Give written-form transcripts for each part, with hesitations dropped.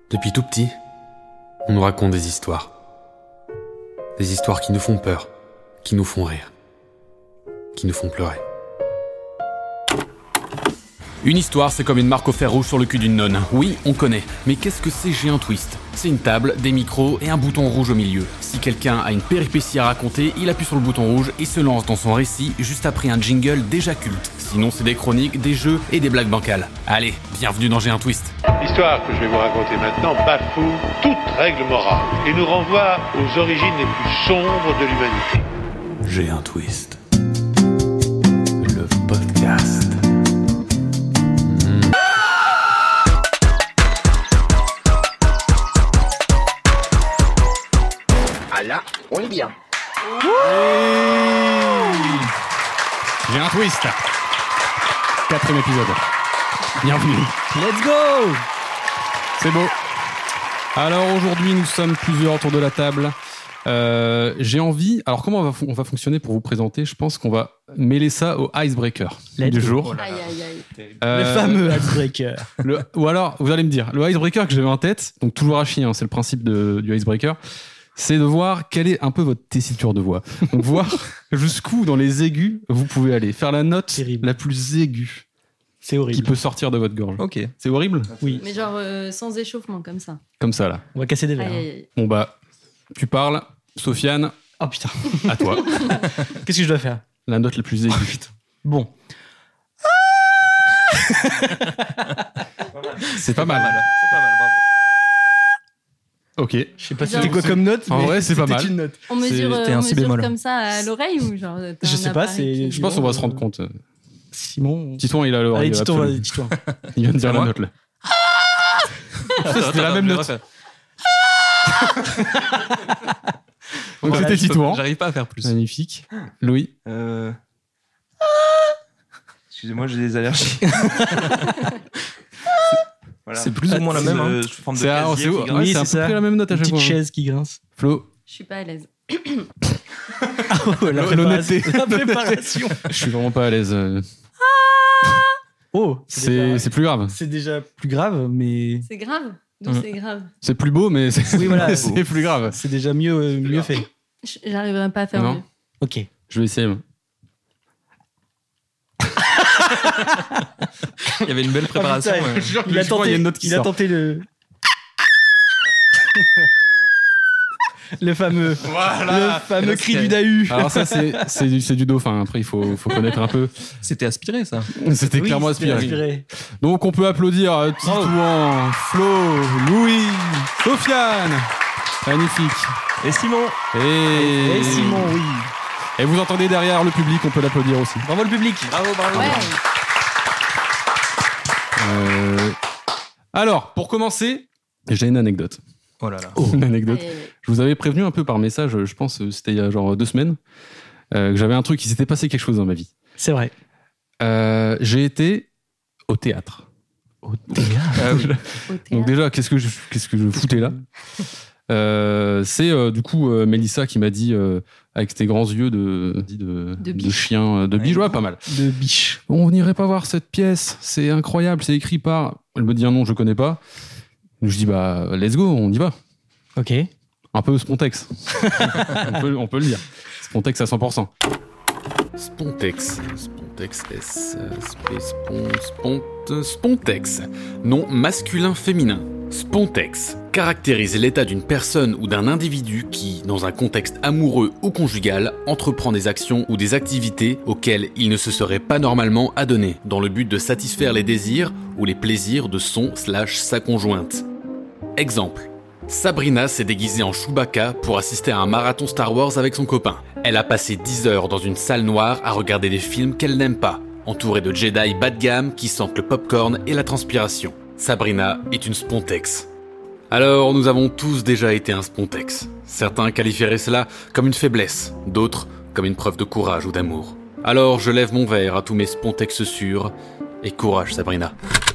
Depuis tout petit, on nous raconte des histoires. Des histoires qui nous font peur, qui nous font rire, qui nous font pleurer. Une histoire, c'est comme une marque au fer rouge sur le cul d'une nonne. Oui, on connaît. Mais qu'est-ce que c'est J'ai un twist? C'est une table, des micros et un bouton rouge au milieu. Si quelqu'un a une péripétie à raconter, il appuie sur le bouton rouge et se lance dans son récit juste après un jingle déjà culte. Sinon, c'est des chroniques, des jeux et des blagues bancales. Allez, bienvenue dans J'ai un twist. L'histoire que je vais vous raconter maintenant bafoue toute règle morale et nous renvoie aux origines les plus sombres de l'humanité. J'ai un twist. Le podcast. Ah là, on est bien. J'ai un twist. 4e épisode. Bienvenue. Let's go! C'est beau. Alors aujourd'hui, nous sommes plusieurs autour de la table. J'ai envie... Alors comment on va fonctionner pour vous présenter? Je pense qu'on va mêler ça au icebreaker du jour. Aïe, aïe, aïe. Le fameux icebreaker. Ou alors, vous allez me dire, le icebreaker que j'avais en tête, donc toujours à chier, hein, c'est le principe du icebreaker, c'est de voir quelle est un peu votre tessiture de voix. Donc voir jusqu'où dans les aigus vous pouvez aller. Faire la note Terrible. la plus aiguë C'est horrible. qui peut sortir de votre gorge. Ok. C'est horrible? Oui. Mais genre sans échauffement comme ça. Comme ça là. On va casser des verres. Aïe, aïe, aïe. Bon bah, tu parles, Sofiane, Oh putain. à toi. Qu'est-ce que je dois faire? La note la plus aiguë. Bon. C'est pas mal. C'est pas mal, bravo. Ok. Je sais pas Genre- c'était quoi comme note. En mais vrai, c'est pas c'était mal. une note. On mesure, C'était un on si mesure bémol. comme ça à l'oreille ou genre t'as Je un sais pas, appareil c'est- qui- Je pense qu'on va se rendre compte. Simon. Titouan, il a l'oreille. Allez, Titouan, absolue. vas-y, Titouan. Il vient de dire C'est la moi note là. C'était la même note. Donc Voilà, c'était je peux- Titouan. J'arrive pas à faire plus. Magnifique. Louis. Excusez-moi, j'ai des allergies. Voilà. C'est plus ou moins la même. Hein. Sous forme de C'est casier qui grince. Oui, c'est à c'est peu ça. près la même note à Une chaque petite fois. chaise qui grince. Flo. Je suis pas à l'aise. Oh, L'honnêteté. La préparation. Je suis vraiment pas à l'aise. Oh, C'est plus grave. C'est déjà plus grave, mais C'est grave. D'où c'est grave. C'est plus beau, mais c'est Oui, voilà. c'est plus grave. c'est déjà mieux fait. J'arriverai pas à faire Non. mieux. Ok. Je vais essayer. Il y avait une belle préparation. Ah, putain, ouais. jure que Il a je crois, tenté, il y a une note qui il a sort. tenté le. Le fameux cri du Dahu. Alors ça, c'est du dauphin. Après, il faut connaître un peu. C'était aspiré, ça. C'était Oui, clairement c'était aspiré. Donc, on peut applaudir Titouan, Flo, Louis, Sofiane. Magnifique. Et Simon. Et... Et Simon, oui. Et vous entendez derrière le public, on peut l'applaudir aussi. Bravo le public. Bravo, bravo. Ouais. Alors, pour commencer, j'ai une anecdote. Oh là là. Une anecdote. Aïe, aïe, aïe. Je vous avais prévenu un peu par message, je pense, c'était il y a genre 2 semaines, que j'avais un truc, il s'était passé quelque chose dans ma vie. C'est vrai. J'ai été au théâtre. Ah oui. Au Donc théâtre. déjà, qu'est-ce que je foutais là? C'est du coup Mélissa qui m'a dit, avec tes grands yeux de biche. chien, de biche, ouais, pas mal. De biche. On n'irait pas voir cette pièce, c'est incroyable, c'est écrit par... Elle me dit un nom, je connais pas. Je dis, bah, let's go, on y va. Ok. Un peu Spontex. on peut le dire. Spontex à 100%. Spontex. Spontex. Nom masculin-féminin. Spontex caractérise l'état d'une personne ou d'un individu qui, dans un contexte amoureux ou conjugal, entreprend des actions ou des activités auxquelles il ne se serait pas normalement adonné, dans le but de satisfaire les désirs ou les plaisirs de son/sa conjointe. Exemple. Sabrina s'est déguisée en Chewbacca pour assister à un marathon Star Wars avec son copain. Elle a passé 10 heures dans une salle noire à regarder des films qu'elle n'aime pas, entourée de Jedi bas de gamme qui sentent le popcorn et la transpiration. Sabrina est une Spontex. Alors, nous avons tous déjà été un Spontex. Certains qualifieraient cela comme une faiblesse, d'autres comme une preuve de courage ou d'amour. Alors, je lève mon verre à tous mes Spontex sûrs et courage, Sabrina.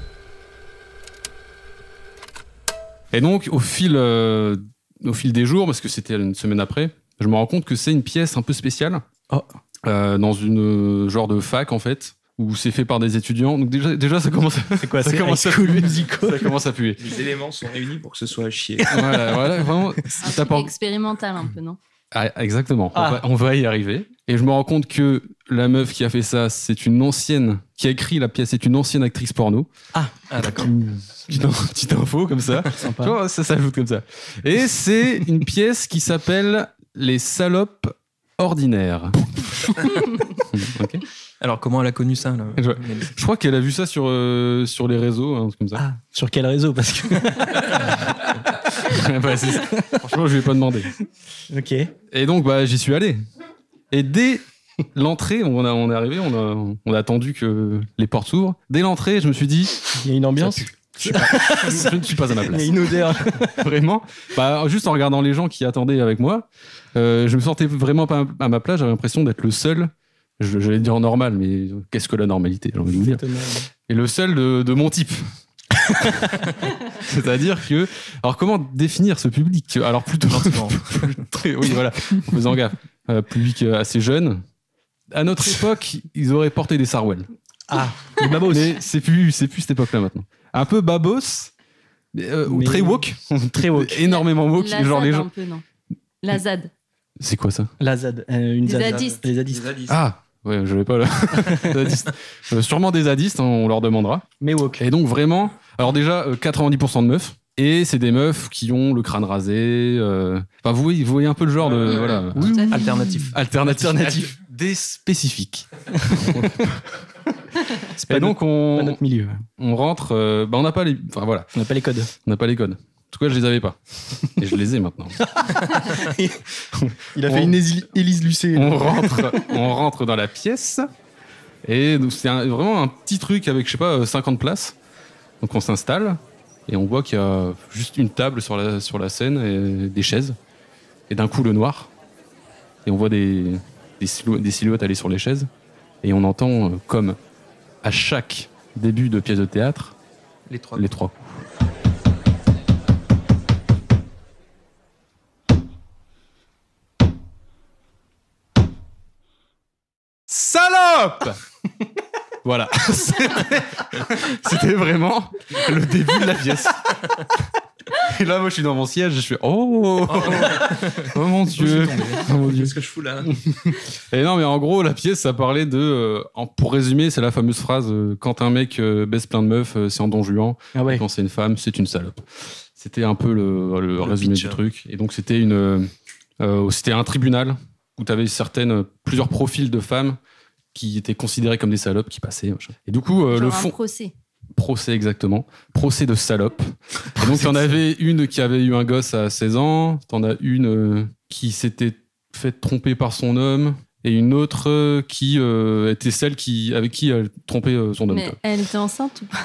Et donc, au fil des jours, parce que c'était une semaine après, je me rends compte que c'est une pièce un peu spéciale. Oh. Dans une genre de fac, en fait, où c'est fait par des étudiants. Donc déjà ça commence C'est quoi, ça c'est commence à High School puer. Musical? Ça commence à puer. Les éléments sont réunis pour que ce soit à chier. Voilà, vraiment. Un t'as truc pas- expérimental un peu, non? Ah, exactement. Ah. On va y arriver. Et je me rends compte que la meuf qui a fait ça, c'est une ancienne, qui a écrit la pièce, c'est une ancienne actrice porno. Ah, d'accord. Petite info comme ça. Sympa. Tu vois, ça s'ajoute comme ça. Et c'est une pièce qui s'appelle Les salopes ordinaires. Ok. Alors, comment elle a connu ça là Je- Je crois qu'elle a vu ça sur les réseaux, un truc comme ça. Ah, sur quel réseau? Parce que. Bah, c'est ça. Franchement, je lui ai pas demandé. Ok. Et donc, bah, j'y suis allé. Et dès l'entrée, on est arrivé, on a attendu que les portes s'ouvrent. Dès l'entrée, je me suis dit, Il y a une ambiance. je ne suis pas à ma Il y place. a une odeur. Vraiment. Bah, juste en regardant les gens qui attendaient avec moi, je me sentais vraiment pas à ma place. J'avais l'impression d'être le seul. J'allais dire normal, mais qu'est-ce que la normalité, j'ai envie de vous dire. Et le seul de mon type. C'est-à-dire que. Alors, comment définir ce public? Alors, plutôt. Oui, voilà, en faisant gaffe. Public assez jeune. À notre époque, ils auraient porté des sarouels. Ah, les babos. Mais c'est plus cette époque-là maintenant. Un peu babos, ou Mais- très woke. Très woke. Énormément woke. La Genre ZAD les gens. un peu, non? La ZAD. C'est quoi ça? La ZAD. Une Des ZAD. zadistes. Les zadistes. Ah, ouais, je l'ai pas là. Zadistes. Sûrement des zadistes, hein, on leur demandera. Mais woke. Et donc vraiment, alors déjà 90% de meufs. Et c'est des meufs qui ont le crâne rasé. Enfin, vous voyez un peu le genre de voilà. Tout à fait. Alternatif. Alternatif. Des spécifiques. C'est pas, Et donc pas on notre milieu. rentre. Bah on n'a pas les. Enfin voilà, On n'a pas les codes. on n'a pas les codes. En tout cas, je les avais pas. Et je les ai maintenant. Il a On- fait une Élise Lucet. On rentre dans la pièce. Et donc, c'est vraiment un petit truc avec, je sais pas, 50 places. Donc on s'installe. Et on voit qu'il y a juste une table sur la scène et des chaises. Et d'un coup, le noir. Et on voit des silhouettes aller sur les chaises. Et on entend, comme à chaque début de pièce de théâtre, Les trois. les trois coups. Salope! Voilà. C'était vraiment le début de la pièce. Et là, moi, je suis dans mon siège, je fais oh mon Dieu. Oh mon Dieu. Qu'est-ce que je fous là? Et non, mais en gros, la pièce, ça parlait de. Pour résumer, c'est la fameuse phrase quand un mec baisse plein de meufs, c'est en Don Juan. Ah ouais. Quand c'est une femme, c'est une salope. C'était un peu le résumé pitch, du hein. truc. Et donc, c'était c'était un tribunal où tu avais plusieurs profils de femmes qui étaient considérées comme des salopes qui passaient. Machin. Et du coup, Genre le un fond. procès. Procès, exactement. Procès de salope. Et donc, il y en avait une qui avait eu un gosse à 16 ans. T'en as une qui s'était fait tromper par son homme. Et une autre qui était celle avec qui elle trompait son homme. Mais quoi. elle était enceinte ou pas?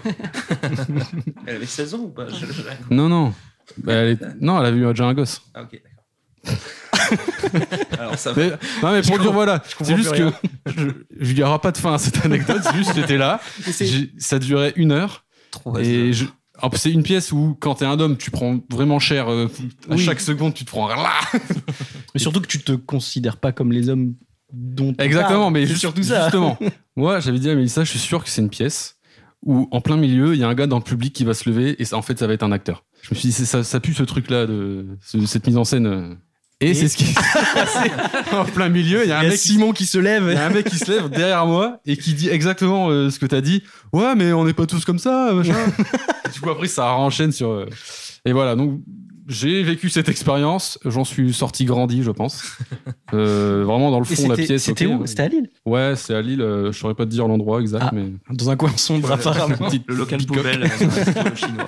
Elle avait 16 ans ou pas? Non. Bah, non, elle avait eu déjà un gosse. Ah, ok, d'accord. Alors ça va. Mais, non, mais pour dire, voilà, comprends c'est juste plus que il n'y aura pas de fin à cette anecdote. C'est juste que j'étais là. Ça durait 1 heure. Et en plus, c'est une pièce où, quand t'es un homme, tu prends vraiment cher. À Oui. chaque seconde, tu te prends. Mais surtout que tu te considères pas comme les hommes dont on Exactement, parle. mais c'est surtout ça. Justement, moi, j'avais dit à Mélissa, je suis sûr que c'est une pièce où, en plein milieu, il y a un gars dans le public qui va se lever et en fait, ça va être un acteur. Je me suis dit, ça pue ce truc-là, cette mise en scène. Et c'est ce qui s'est passé en plein milieu. Il y a un Il y a mec Simon qui se lève. Il y a un mec qui se lève derrière moi et qui dit exactement ce que t'as dit. Ouais, mais on n'est pas tous comme ça, machin. Du coup, après, ça enchaîne sur. Et voilà, donc j'ai vécu cette expérience. J'en suis sorti grandi, je pense. Vraiment dans le Et fond de la pièce. C'était ok. où? C'était à Lille. Ouais, c'est à Lille. Je saurais pas te dire l'endroit exact, Ah. mais. Dans un coin sombre, apparemment. Le local pick-up. poubelle dans un chinois.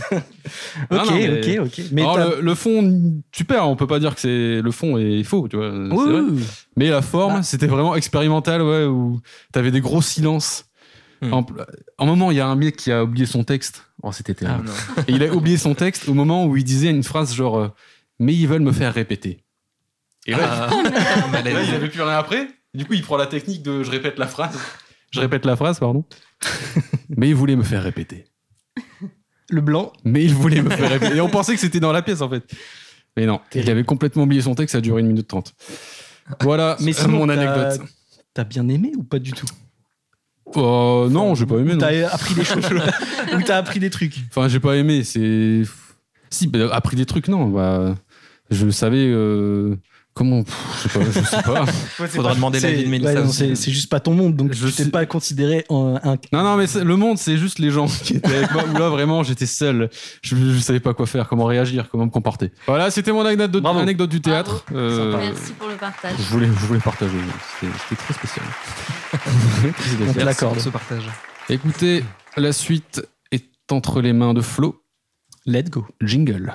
Ah non, mais- Ok. Mais Alors, t'as- le fond, super. On peut pas dire que c'est le fond est faux, tu vois. c'est Oui, vrai. oui. Mais la forme, Bah. c'était vraiment expérimental, ouais, où t'avais des gros silences. En un moment, il y a un mec qui a oublié son texte. Oh, c'était Ah, terrible. non. Et il a oublié son texte au moment où il disait une phrase genre mais ils veulent me faire répéter. Et là, là, il avait plus rien après. Du coup, il prend la technique de je répète la phrase. Je répète la phrase, pardon. Mais il voulait me faire répéter. Le blanc. Mais il voulait me faire répéter. Et on pensait que c'était dans la pièce, en fait. Mais non, il avait complètement oublié son texte, ça a duré 1 minute 30. Voilà Mais sinon, mon anecdote. T'as bien aimé ou pas du tout? Non, j'ai pas aimé. Non. T'as appris des choses. Ou t'as appris des trucs. Enfin, j'ai pas aimé. C'est. Si, appris des trucs, non. Je savais. Comment je sais pas. Faudra demander l'avis de Mélissa. C'est juste pas ton monde, donc Je tu t'es sais- pas considéré un. Non, mais le monde, c'est juste les gens qui étaient avec moi. Où là, vraiment, j'étais seul. Je savais pas quoi faire, comment réagir, comment me comporter. Voilà, c'était mon anecdote du théâtre. Merci pour le partage. Je voulais partager. C'était très spécial. On te l'accorde. pour ce partage. Écoutez, la suite est entre les mains de Flo. Let's go. Jingle.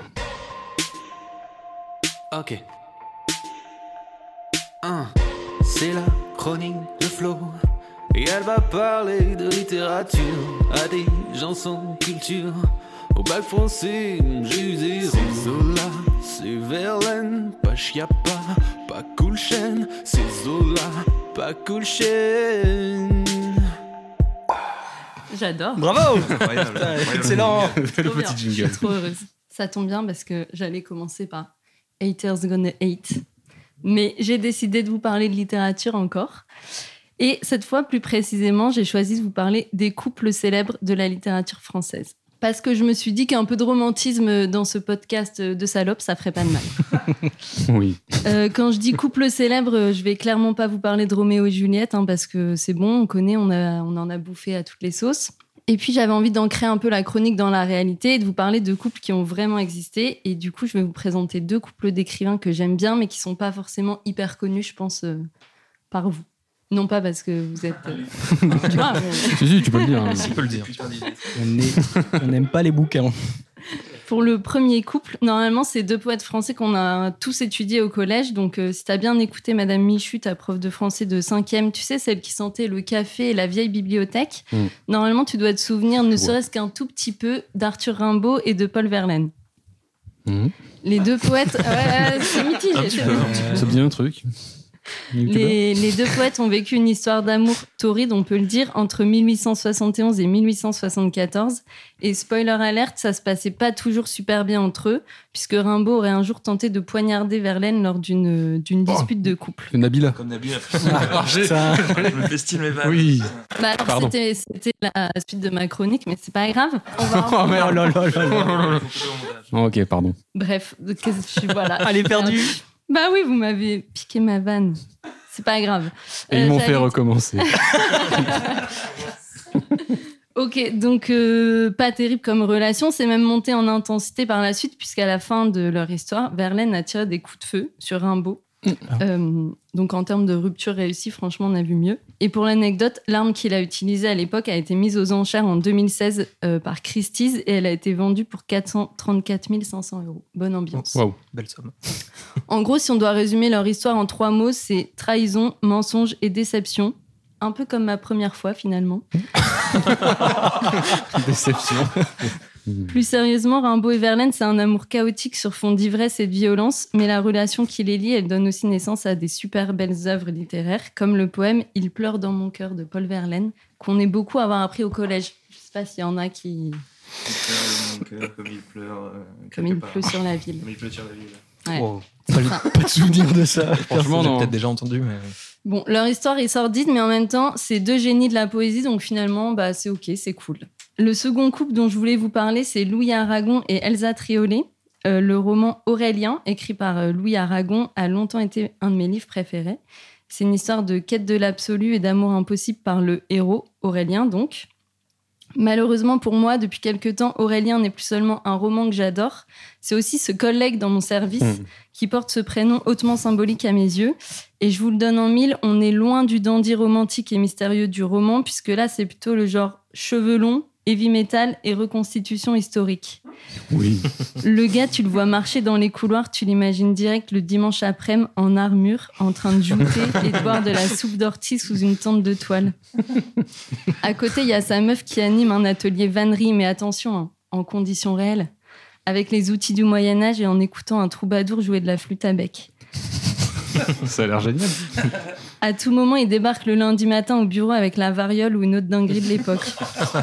Ok. C'est la chronique de Flo. Et elle va parler de littérature à des gens sans culture. Au bac français, j'ai eu zéro. C'est Zola, c'est Verlaine, pas Chiappa, pas Cool Chain. C'est Zola, pas Cool Chain. J'adore. Bravo. Incroyable. Excellent. Trop Le bien. petit Je jingle. suis trop heureuse. Ça tombe bien parce que j'allais commencer par Haters Gonna Hate. Mais j'ai décidé de vous parler de littérature encore. Et cette fois, plus précisément, j'ai choisi de vous parler des couples célèbres de la littérature française. Parce que je me suis dit qu'un peu de romantisme dans ce podcast de salope, ça ferait pas de mal. Oui. Quand je dis couple célèbre, je vais clairement pas vous parler de Roméo et Juliette, parce que c'est bon, on connaît, on en a bouffé à toutes les sauces. Et puis j'avais envie d'ancrer un peu la chronique dans la réalité et de vous parler de couples qui ont vraiment existé. Et du coup, je vais vous présenter 2 couples d'écrivains que j'aime bien, mais qui sont pas forcément hyper connus, je pense, par vous. Non pas parce que vous êtes... tu vois, Si, tu peux le dire. Tu peux le dire. On n'aime pas les bouquins. Pour le premier couple, normalement, c'est 2 poètes français qu'on a tous étudiés au collège. Donc, si t'as bien écouté Madame Michu, ta prof de français de 5e, tu sais, celle qui sentait le café et la vieille bibliothèque, normalement, tu dois te souvenir, ne serait-ce qu'un tout petit peu, d'Arthur Rimbaud et de Paul Verlaine. Les 2 poètes... c'est mitigé. C'est bon. Ça me dit un truc. Les 2 poètes ont vécu une histoire d'amour torride, on peut le dire, entre 1871 et 1874. Et spoiler alerte, ça se passait pas toujours super bien entre eux, puisque Rimbaud aurait un jour tenté de poignarder Verlaine lors d'une dispute de couple. Nabila. Comme Nabila. Ça... Je me festine mes vannes. Oui. Bah alors, Pardon. c'était la suite de ma chronique, mais c'est pas grave. On va Oh merde. là là là là. Ok, pardon. Bref, voilà. Elle est perdue. Bah oui, vous m'avez piqué ma vanne. C'est pas grave. Et ils m'ont fait j'allais- recommencer. Ok, donc pas terrible comme relation, c'est même monté en intensité par la suite, puisqu'à la fin de leur histoire, Verlaine a tiré des coups de feu sur Rimbaud. Donc en termes de rupture réussie, franchement, on a vu mieux. Et pour l'anecdote, l'arme qu'il a utilisée à l'époque a été mise aux enchères en 2016 par Christie's et elle a été vendue pour 434 500 €. Bonne ambiance. Waouh. Belle somme. En gros, si on doit résumer leur histoire en 3 mots, c'est trahison, mensonge et déception. Un peu comme ma première fois, finalement. Déception. Plus sérieusement, Rimbaud et Verlaine, c'est un amour chaotique sur fond d'ivresse et de violence, mais la relation qui les lie, elle donne aussi naissance à des super belles œuvres littéraires, comme le poème « Il pleure dans mon cœur » de Paul Verlaine, qu'on est beaucoup à avoir appris au collège. Je sais pas s'il y en a qui... Comme il pleure. Comme il pleut sur la ville. Comme il pleut sur la ville. Ouais. Wow. Pas de souvenir de ça. Franchement, J'ai non. peut-être déjà entendu, mais... Bon, leur histoire est sordide, mais en même temps, c'est 2 génies de la poésie, donc finalement, bah, c'est ok, c'est cool. Le second couple dont je voulais vous parler, c'est Louis Aragon et Elsa Triolet. Le roman Aurélien, écrit par Louis Aragon, a longtemps été un de mes livres préférés. C'est une histoire de quête de l'absolu et d'amour impossible par le héros, Aurélien donc. Malheureusement pour moi, depuis quelque temps, Aurélien n'est plus seulement un roman que j'adore, c'est aussi ce collègue dans mon service qui porte ce prénom hautement symbolique à mes yeux. Et je vous le donne en 1000, on est loin du dandy romantique et mystérieux du roman, puisque là, c'est plutôt le genre cheveux longs, heavy metal et reconstitution historique. Oui. Le gars, tu le vois marcher dans les couloirs, tu l'imagines direct le dimanche après-midi en armure, en train de jouter et de boire de la soupe d'ortie sous une tente de toile. À côté, il y a sa meuf qui anime un atelier vannerie, mais attention, hein, en conditions réelles, avec les outils du Moyen-Âge et en écoutant un troubadour jouer de la flûte à bec. Ça a l'air génial. À tout moment, il débarque le lundi matin au bureau avec la variole ou une autre dinguerie de l'époque.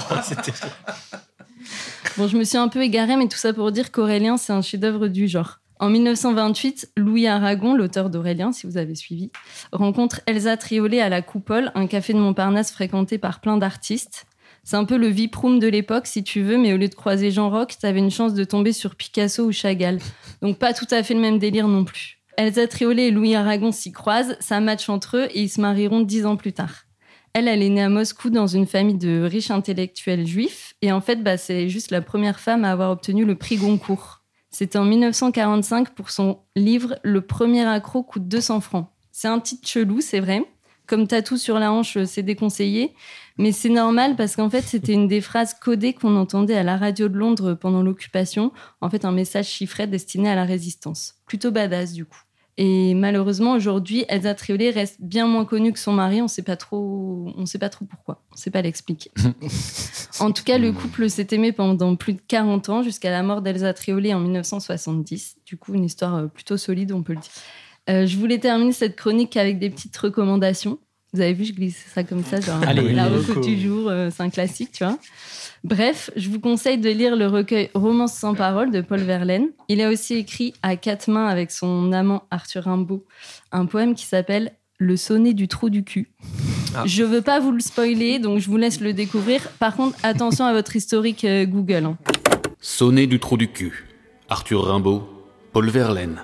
Bon, je me suis un peu égarée, mais tout ça pour dire qu'Aurélien, c'est un chef-d'œuvre du genre. En 1928, Louis Aragon, l'auteur d'Aurélien, si vous avez suivi, rencontre Elsa Triolet à la Coupole, un café de Montparnasse fréquenté par plein d'artistes. C'est un peu le Viproom de l'époque, si tu veux, mais au lieu de croiser Jean Roch, t'avais une chance de tomber sur Picasso ou Chagall. Donc pas tout à fait le même délire non plus. Elsa Triolet et Louis Aragon s'y croisent, ça match entre eux et ils se marieront 10 ans plus tard. Elle est née à Moscou dans une famille de riches intellectuels juifs. Et en fait, c'est juste la première femme à avoir obtenu le prix Goncourt. C'était en 1945 pour son livre « Le premier accro coûte 200 francs ». C'est un titre chelou, c'est vrai. Comme tatou sur la hanche, c'est déconseillé. Mais c'est normal parce qu'en fait, c'était une des phrases codées qu'on entendait à la radio de Londres pendant l'occupation. En fait, un message chiffré destiné à la résistance. Plutôt badass, du coup. Et malheureusement, aujourd'hui, Elsa Triolet reste bien moins connue que son mari. On sait pas trop pourquoi. On sait pas l'expliquer. En tout cas, le couple s'est aimé pendant plus de 40 ans, jusqu'à la mort d'Elsa Triolet en 1970. Du coup, une histoire plutôt solide, on peut le dire. Je voulais terminer cette chronique avec des petites recommandations. Vous avez vu, je glisse ça comme ça, genre la reco du jour, c'est un classique, tu vois. Bref, je vous conseille de lire le recueil Romance sans parole de Paul Verlaine. Il a aussi écrit à 4 mains avec son amant Arthur Rimbaud un poème qui s'appelle Le sonnet du trou du cul. Ah. Je veux pas vous le spoiler, donc je vous laisse le découvrir. Par contre, attention à votre historique Google. Hein. Sonnet du trou du cul. Arthur Rimbaud, Paul Verlaine.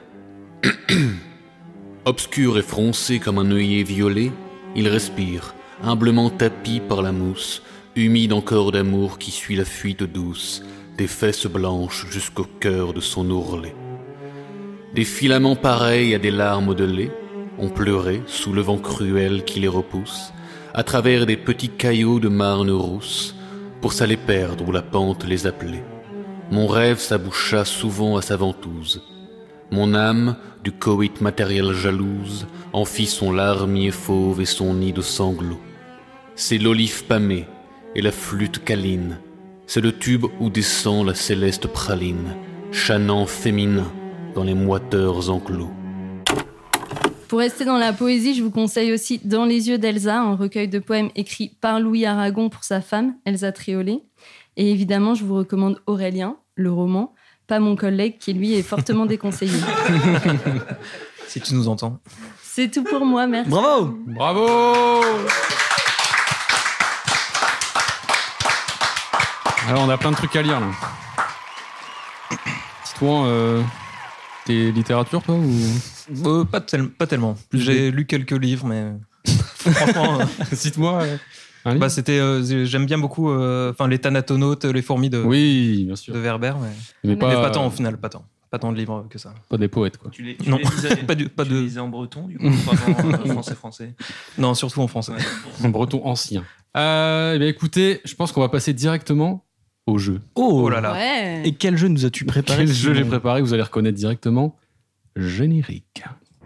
Obscur et froncé comme un œillet violet, il respire, humblement tapi par la mousse, humide encore d'amour qui suit la fuite douce, des fesses blanches jusqu'au cœur de son ourlet. Des filaments pareils à des larmes de lait ont pleuré sous le vent cruel qui les repousse, à travers des petits caillots de marne rousse, pour s'aller perdre où la pente les appelait. Mon rêve s'aboucha souvent à sa ventouse. Mon âme, du coït matériel jalouse, en fit son larmier fauve et son nid de sanglots. C'est l'olive pâmée et la flûte câline, c'est le tube où descend la céleste praline, chanant féminin dans les moiteurs enclos. Pour rester dans la poésie, je vous conseille aussi Dans les yeux d'Elsa, un recueil de poèmes écrit par Louis Aragon pour sa femme, Elsa Triolet. Et évidemment, je vous recommande Aurélien, le roman, pas mon collègue qui, lui, est fortement déconseillé. Si tu nous entends. C'est tout pour moi, merci. Bravo! Bravo! Alors, on a plein de trucs à lire, là. Dis-toi, t'es littérature, toi, ou... Pas tellement. J'ai lu quelques livres, mais... Franchement... Cite-moi... j'aime bien beaucoup les Thanatonautes, les fourmis de, oui, bien sûr. de Werber, mais pas tant au final, pas tant de livres que ça. Pas des poètes, quoi. Tu lisais en breton, du coup, pas en français. Non, surtout en français. En breton ancien. Écoutez, je pense qu'on va passer directement au jeu. Oh là là. Ouais. Et quel jeu nous as-tu préparé? Quel jeu j'ai préparé? Vous allez reconnaître directement. Générique.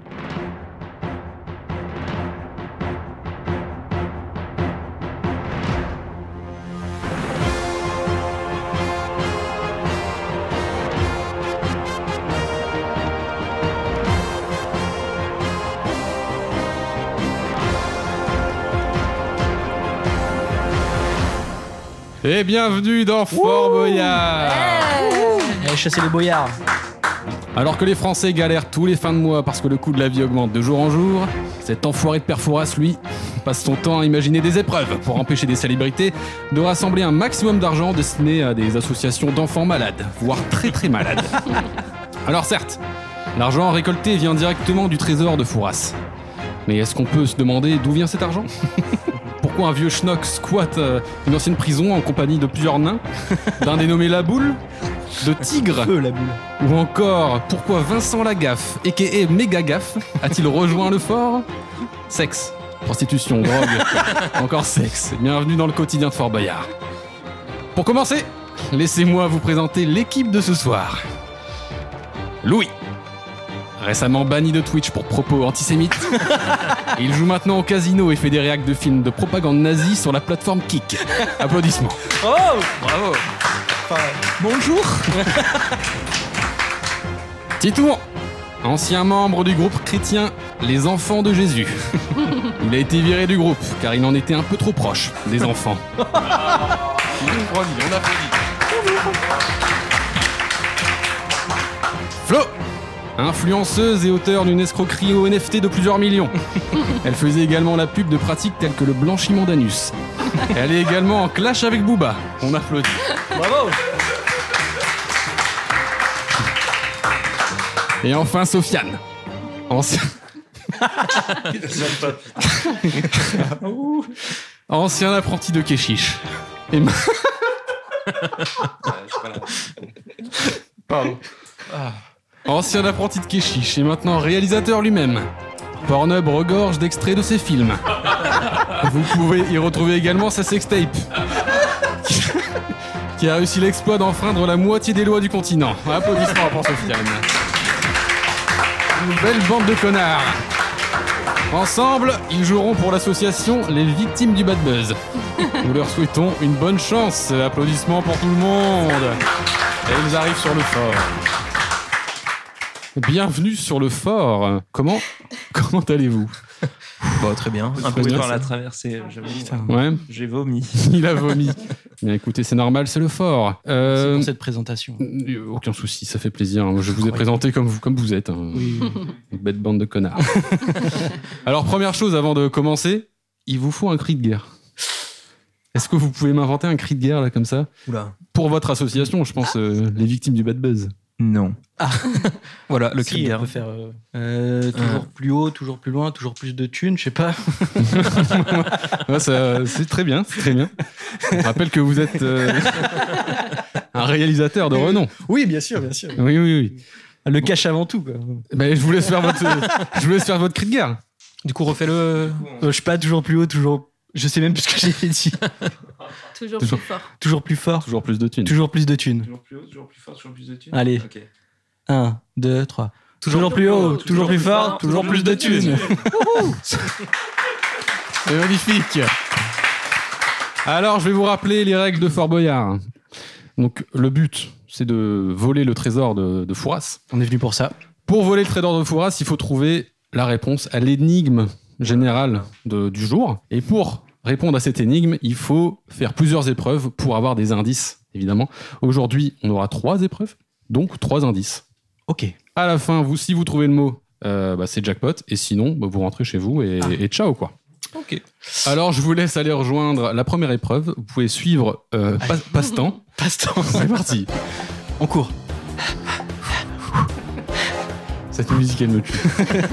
Et bienvenue dans Fort Boyard. Allez chasser les boyards. Alors que les Français galèrent tous les fins de mois parce que le coût de la vie augmente de jour en jour, cet enfoiré de Père Fouras, lui, passe son temps à imaginer des épreuves pour empêcher des célébrités de rassembler un maximum d'argent destiné à des associations d'enfants malades, voire très très malades. Alors certes, l'argent récolté vient directement du trésor de Fouras. Mais est-ce qu'on peut se demander d'où vient cet argent ? Pourquoi un vieux schnock squatte une ancienne prison en compagnie de plusieurs nains, d'un dénommé La Boule, de Tigre, La Boule, ou encore pourquoi Vincent Lagaffe, a.k.a. Méga Gaffe, a-t-il rejoint le fort ? Sexe, prostitution, drogue, encore sexe. Bienvenue dans le quotidien de Fort Boyard. Pour commencer, laissez-moi vous présenter l'équipe de ce soir. Louis, récemment banni de Twitch pour propos antisémites. Il joue maintenant au casino et fait des réacts de films de propagande nazie sur la plateforme Kik. Applaudissements. Oh, bravo. Bonjour. Titouan, ancien membre du groupe chrétien Les Enfants de Jésus. Il a été viré du groupe car il en était un peu trop proche des enfants. On applaudit. Flo, influenceuse et auteure d'une escroquerie au NFT de plusieurs millions. Elle faisait également la pub de pratiques telles que le blanchiment d'anus. Elle est également en clash avec Booba. On applaudit. Bravo. Et enfin Sofiane. Ancien apprenti de Keshish. Pardon. Ancien apprenti de Keshish et maintenant réalisateur lui-même. Pornhub regorge d'extraits de ses films. Vous pouvez y retrouver également sa sextape, qui a réussi l'exploit d'enfreindre la moitié des lois du continent. Applaudissements pour Sofiane. Une belle bande de connards. Ensemble, ils joueront pour l'association Les Victimes du Bad Buzz. Nous leur souhaitons une bonne chance. Applaudissements pour tout le monde. Et ils arrivent sur le fort. Bienvenue sur le fort. Comment allez-vous? Bon, très bien. Un peu par la traversée, j'avoue. Ouais. J'ai vomi. Il a vomi. Bien écoutez, c'est normal, c'est le fort. C'est pour cette présentation. Aucun souci, ça fait plaisir. Je vous ai présenté comme vous êtes. Oui. Une bête bande de connards. Alors, première chose avant de commencer, il vous faut un cri de guerre. Est-ce que vous pouvez m'inventer un cri de guerre là comme ça? Oula. Pour votre association, je pense, les Victimes du Bad Buzz. Non. Voilà, le Si, cri de on guerre. peut faire toujours plus haut, toujours plus loin, toujours plus de thunes, je sais pas. Ouais, c'est très bien, c'est très bien. Je rappelle que vous êtes un réalisateur de renom. Oui, bien sûr, bien sûr. Oui. Le cache avant tout, quoi. Ben, je vous laisse faire votre cri de guerre. Du coup, refais-le. Je sais pas, toujours plus haut, toujours. Je sais même plus ce que j'ai dit. Toujours plus fort. Toujours plus fort. Toujours plus de thunes. Toujours plus de thunes. Toujours plus haut, toujours plus fort, toujours plus de thunes. Allez. Ok. 1, 2, 3. Toujours plus haut, toujours plus fort, toujours plus de thunes. C'est magnifique. Alors, je vais vous rappeler les règles de Fort Boyard. Donc, le but, c'est de voler le trésor de Fouras. On est venu pour ça. Pour voler le trésor de Fouras, il faut trouver la réponse à l'énigme générale du jour. Et pour répondre à cette énigme, il faut faire plusieurs épreuves pour avoir des indices, évidemment. Aujourd'hui, on aura 3 épreuves, donc 3 indices. Ok. À la fin, si vous trouvez le mot, c'est jackpot. Et sinon, vous rentrez chez vous et ciao, quoi. Ok. Alors, je vous laisse aller rejoindre la première épreuve. Vous pouvez suivre Passe-temps. Passe-temps. C'est parti. On court. Cette musique, elle me tue.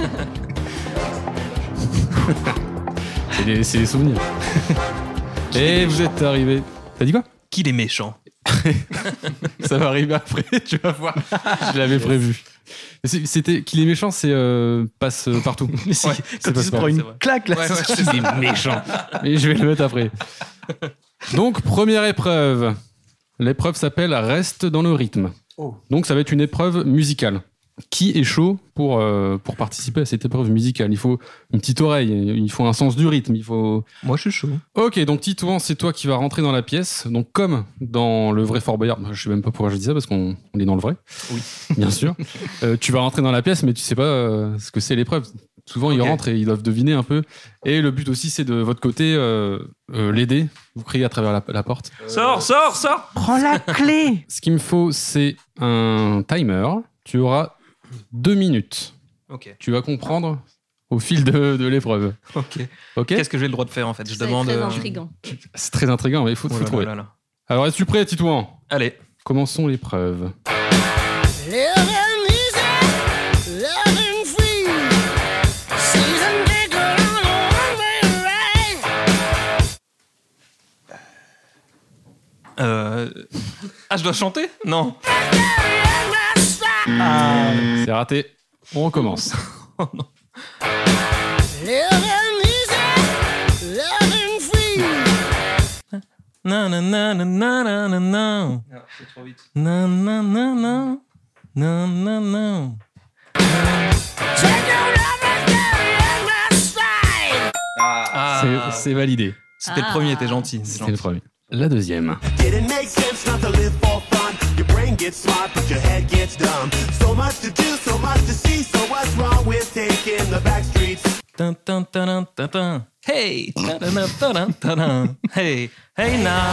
c'est les souvenirs. Et vous êtes arrivé. T'as dit quoi? Qu'il est méchant. Ça va arriver après, tu vas voir. Je l'avais prévu. C'était qu'il est méchant, c'est passe partout. Mais c'est quand il se prend une claque là. Ouais, C'est méchant. Et je vais le mettre après. Donc, première épreuve. L'épreuve s'appelle Reste dans le rythme. Donc, ça va être une épreuve musicale. Qui est chaud pour participer à cette épreuve musicale? Il faut une petite oreille, il faut un sens du rythme, il faut... Moi, je suis chaud. Ok, donc Titouan, c'est toi qui vas rentrer dans la pièce. Donc, comme dans le vrai Fort Boyard, je sais même pas pourquoi je dis ça, parce qu'on est dans le vrai. Oui. Bien sûr. Tu vas rentrer dans la pièce, mais tu sais pas ce que c'est l'épreuve. Souvent, ils rentrent et ils doivent deviner un peu. Et le but aussi, c'est de votre côté l'aider. Vous criez à travers la porte. Sors. Prends la clé. Ce qu'il me faut, c'est un timer. Tu auras 2 minutes. Ok. Tu vas comprendre au fil de l'épreuve. Ok. Ok. Qu'est-ce que j'ai le droit de faire en fait? Je C'est demande. très intriguant. C'est très intriguant, mais il faut Oh là trouver. là là. Alors, es-tu prêt, Titouan? Allez. Commençons l'épreuve. Ah, je dois chanter? Non. C'est raté. On recommence. Oh non. Na na na na na na na na. C'est trop vite. Na na na na. Na na na. Ah, C'est validé. c'était le premier, t'es gentil. c'est C'était le gentil. premier. La deuxième. Did it make sense not to live for fun? Your brain gets smart, but your head gets dumb. So much to do, so much to see. So what's wrong with taking the back streets? Tin, tin, tin, tin, tin. Hey! Tin, tin, tin, tin, tin. Hey! Hey now!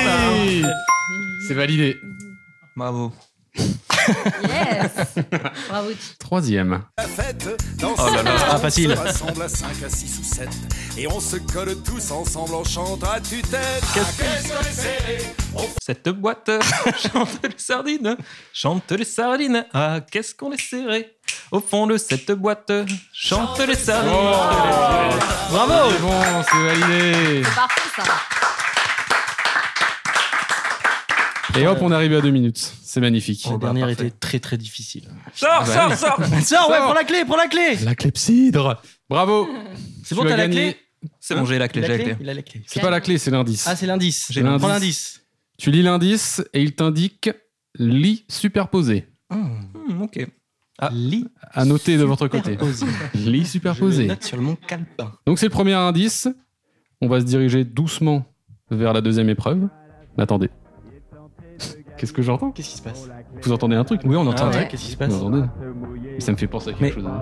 Oui. C'est validé. Bravo. Yes. Bravo, Tito. Troisième. La fête dans Oh là là. Ah, facile. On se rassemble à 5, à 6 ou 7 et on se colle tous ensemble, on chante à tue-tête. Cette boîte chante les sardines, chante les sardines. Ah, qu'est-ce qu'on est serré au fond de cette boîte. Chante les sardines. Bravo. C'est bon, c'est validé. C'est parfait, ça. Et hop, on arrive à 2 minutes. C'est magnifique. La dernière parfait. était très très difficile. Sors, sors, sors. Sors, ouais, prends la clé, prends la clé. La clepsydre. Bravo. C'est bon, Tu t'as as la gagné. clé. C'est bon, j'ai la clé, j'ai la clé. Il a la clé. C'est pas la clé, c'est l'indice. Ah, c'est l'indice. J'ai l'indice. Prends l'indice. Tu lis l'indice et il t'indique lit superposé. Ok. Lit À noter de votre côté. superposé. Lit Je le superposé. note sur mon calepin. Donc c'est le premier indice. On va se diriger doucement vers la deuxième épreuve. Mais attendez. Qu'est-ce que j'entends? Qu'est-ce qui se passe? Vous entendez un truc? Oui, on entend. Ah ouais. Qu'est-ce qui se passe? Vous entendez? Et ça me fait penser à quelque Mais- chose.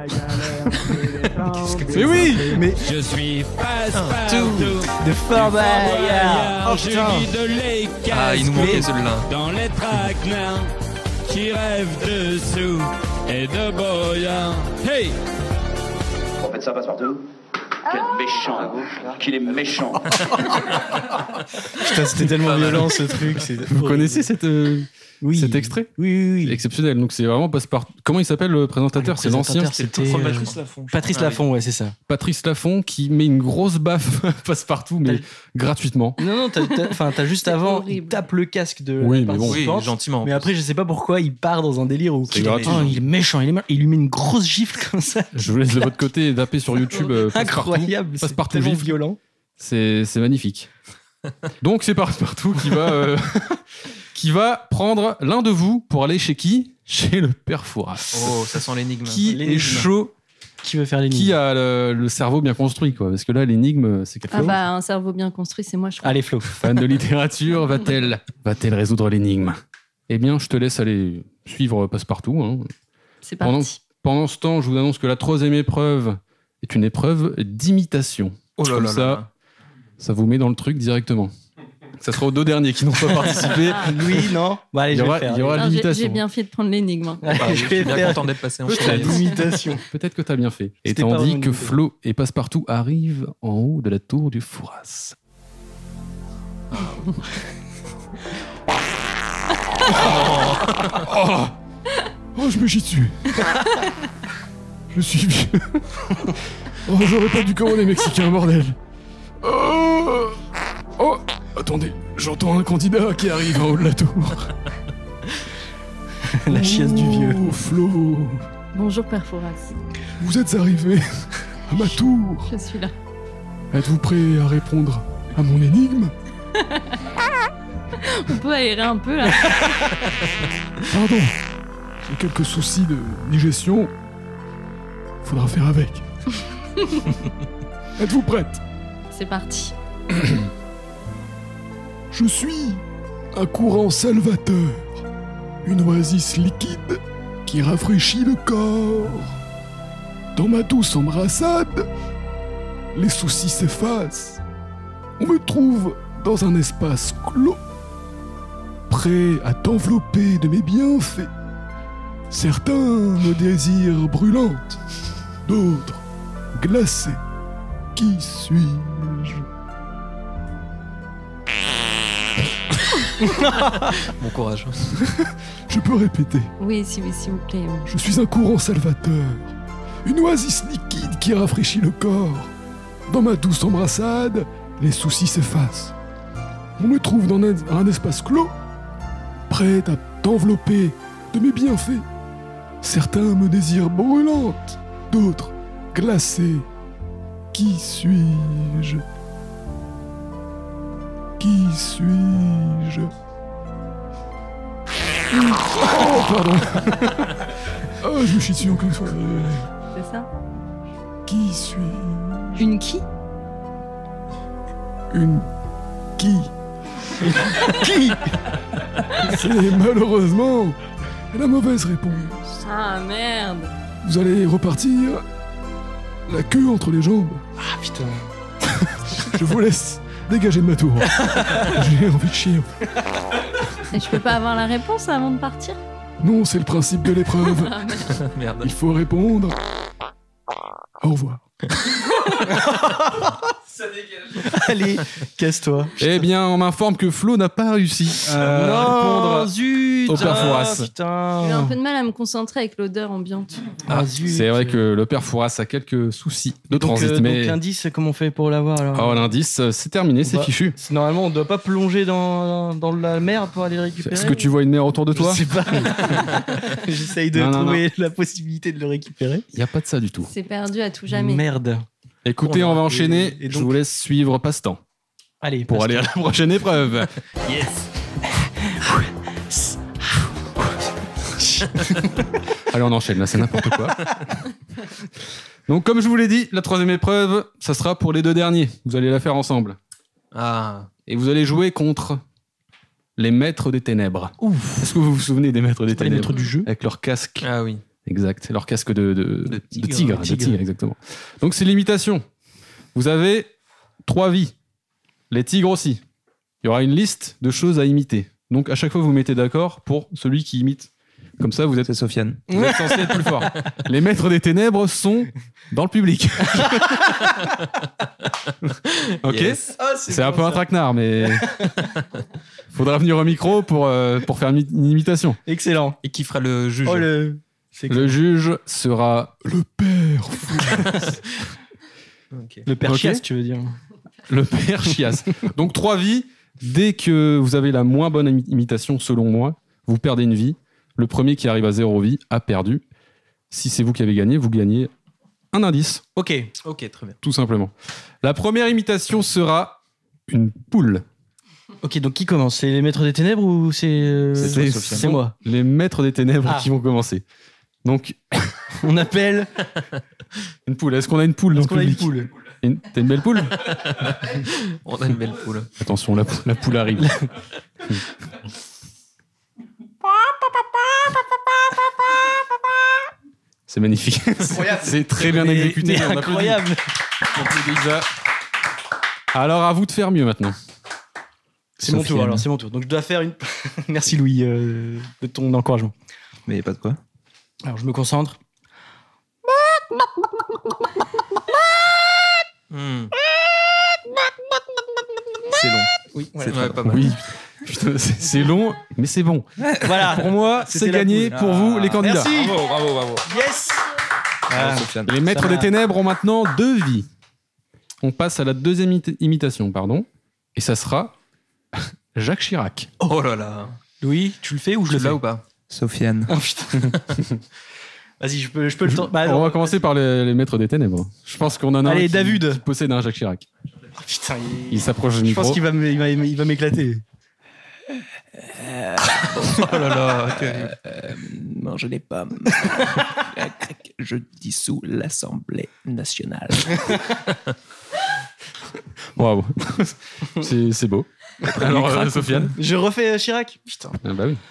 Mais oui. Mais Je suis Passepartout de Fort Boyard. Oh putain. Ah, il nous manquait celui-là. dans les traquenards qui rêvent de sous et de boyards. Hey! On fait ça Passepartout. Quel méchant. Qu'il est méchant. Putain, c'était tellement violent ce truc. Vous connaissez cet extrait? Oui. Exceptionnel. Donc c'est vraiment Passepartout. Comment il s'appelle le présentateur? C'est l'ancien. C'était Patrice Laffont. Patrice Laffont, ouais, c'est ça. Patrice Laffont qui met une grosse baffe à Passepartout, mais gratuitement. Non, t'as juste C'est avant, horrible. il tape le casque de Oui, la mais bon. Oui, participante. gentiment. en Mais plus. après, je sais pas pourquoi il part dans un délire où C'est gratuit. Oh, il est méchant, il lui met une grosse gifle comme ça. Je vous laisse de votre côté taper sur YouTube Passepartout. Incroyable, c'est Passepartout tellement gifle. violent. C'est magnifique. Donc c'est Passepartout qui va qui va prendre l'un de vous pour aller chez qui? Chez le père Fouras. Oh, ça sent l'énigme. Qui est L'énigme. chaud? Qui veut faire l'énigme? Qui a le cerveau bien construit, quoi? Parce que là, l'énigme, c'est quelque Ah chose. bah, un cerveau bien construit, c'est moi, je crois. Allez, Flo. Fan de littérature, va-t-elle résoudre l'énigme? Eh bien, je te laisse aller suivre Passepartout. Hein. C'est parti. Pendant ce temps, je vous annonce que la troisième épreuve est une épreuve d'imitation. Oh là Comme là ça, là. ça vous met dans le truc directement. Ça sera aux 2 derniers qui n'ont pas participé. Louis, non? Bon, allez, Il y je vais aura- le faire. il y aura Non, l'imitation. j'ai bien fait de prendre l'énigme. hein. Allez, Bah, je je vais suis bien faire content d'être passé en Peut-être. premier. l'imitation. Peut-être que tu as bien fait. Et C'était pas tandis vraiment que une Flo et Passepartout arrivent en haut de la tour du Fouras. Oh, je me chie dessus. Je suis vieux. Oh, j'aurais pas dû commander mexicain, bordel. Oh, attendez, j'entends un candidat qui arrive en haut de la tour. La chiasse du vieux. Oh, Flo, Bonjour, Père Fouras. vous êtes arrivé à ma tour. Je suis là. Êtes-vous prêt à répondre à mon énigme? On peut aérer un peu, là. Pardon, j'ai quelques soucis de digestion. Faudra faire avec. Êtes-vous prête? C'est parti. Je suis un courant salvateur, une oasis liquide qui rafraîchit le corps. Dans ma douce embrassade, les soucis s'effacent. On me trouve dans un espace clos, prêt à t'envelopper de mes bienfaits. Certains me désirent brûlante, d'autres glacée. Qui suis-je? Bon courage. Je peux répéter. Oui, s'il vous plaît. Je suis un courant salvateur, une oasis liquide qui rafraîchit le corps. Dans ma douce embrassade, les soucis s'effacent. On me trouve dans un espace clos, prêt à t'envelopper de mes bienfaits. Certains me désirent brûlante, d'autres glacée. Qui suis-je? Qui suis-je? Oh, pardon. Oh, je me chie dessus encore une fois. C'est ça? Qui suis-je? Une qui? Une qui? Qui? C'est malheureusement la mauvaise réponse. Ah, merde. Vous allez repartir la queue entre les jambes. Ah putain. Je vous laisse dégager de ma tour. J'ai envie de chier. Et je peux pas avoir la réponse avant de partir? Non, c'est le principe de l'épreuve. Merde. Il faut répondre. Au revoir. Ça dégage. Allez, casse-toi. Eh bien, on m'informe que Flo n'a pas réussi à répondre zut, au père Fouras. Putain. J'ai eu un peu de mal à me concentrer avec l'odeur ambiante. Zut. C'est vrai que le père Fouras a quelques soucis de Donc, transit, mais... donc l'indice, comment on fait pour l'avoir alors Oh, l'indice, c'est terminé, c'est fichu. Normalement, on doit pas plonger dans la mer pour aller le récupérer. Est-ce que tu vois une mer autour de toi? Je sais pas. J'essaye de trouver la possibilité de le récupérer. Il n'y a pas de ça du tout. C'est perdu à tout jamais. Merde. Écoutez, on va enchaîner. et donc- Je vous laisse suivre Passe-temps Allez, pour aller à la prochaine épreuve. Yes. Allez, on enchaîne, là, c'est n'importe quoi. Donc, comme je vous l'ai dit, la troisième épreuve, ça sera pour les deux derniers. Vous allez la faire ensemble. Ah. Et vous allez jouer contre les maîtres des ténèbres. Ouf. Est-ce que vous vous souvenez des maîtres des pas les ténèbres? maîtres du jeu? Avec leur casque. Ah oui. Exact, leur casque de tigre. tigre, exactement. Donc c'est l'imitation. Vous avez 3 vies. Les tigres aussi. Il y aura une liste de choses à imiter. Donc à chaque fois vous mettez d'accord pour celui qui imite. Comme ça vous êtes... C'est Sofiane. Vous êtes censé être plus fort. Les maîtres des ténèbres sont dans le public. Ok. Yes. C'est un peu un traquenard, mais faudra venir au micro pour faire une imitation. Excellent. Et qui fera le juge? Le juge sera le père Fouras. Ok. Le père Ok. Chias, tu veux dire. Le père Chias. Donc 3 vies. Dès que vous avez la moins bonne imitation, selon moi, vous perdez une vie. Le premier qui arrive à 0 vie a perdu. Si c'est vous qui avez gagné, vous gagnez un indice. Ok. Ok, très bien. Tout simplement. La première imitation sera une poule. Ok, donc qui commence? C'est les maîtres des ténèbres ou c'est moi? Les maîtres des ténèbres Ah. qui vont commencer. Donc, on appelle une poule. Est-ce qu'on a une poule dans le public? poule? T'as une belle poule? On a une belle poule. Attention, la poule arrive. C'est magnifique. C'est très bien exécuté. Mais On applaudit. incroyable. On applaudit ça. Alors, à vous de faire mieux maintenant. C'est mon tour Sofiane. alors, c'est mon tour. Donc je dois faire une. Merci Louis de ton encouragement. Mais pas de quoi. Alors je me concentre. C'est long. Oui, C'est Ouais, pas mal. Oui. Putain, c'est long, mais c'est bon. Voilà. Pour moi, C'était c'est la gagné poule. pour vous, les candidats. Merci. Bravo. Yes. Bravo, Sofiane. Les maîtres Ça des va. ténèbres ont maintenant 2 vies. On passe à la deuxième imitation, pardon. Et ça sera Jacques Chirac. Oh là là. Louis, tu le fais ou je le Tu fais l'as ou pas? Sofiane. Oh, putain. Vas-y, je peux le temps. Bah, On alors, va commencer par les maîtres des ténèbres. Je pense qu'on en a Allez, un qui David. possède un Jacques Chirac. oh, putain, Il s'approche du je micro. pense qu'il va m'éclater. Oh là là. terrible. Mange les pommes. Je dissous l'Assemblée nationale. Waouh. C'est beau. Alors, Sofiane. Je refais Chirac. Putain. Ah bah oui.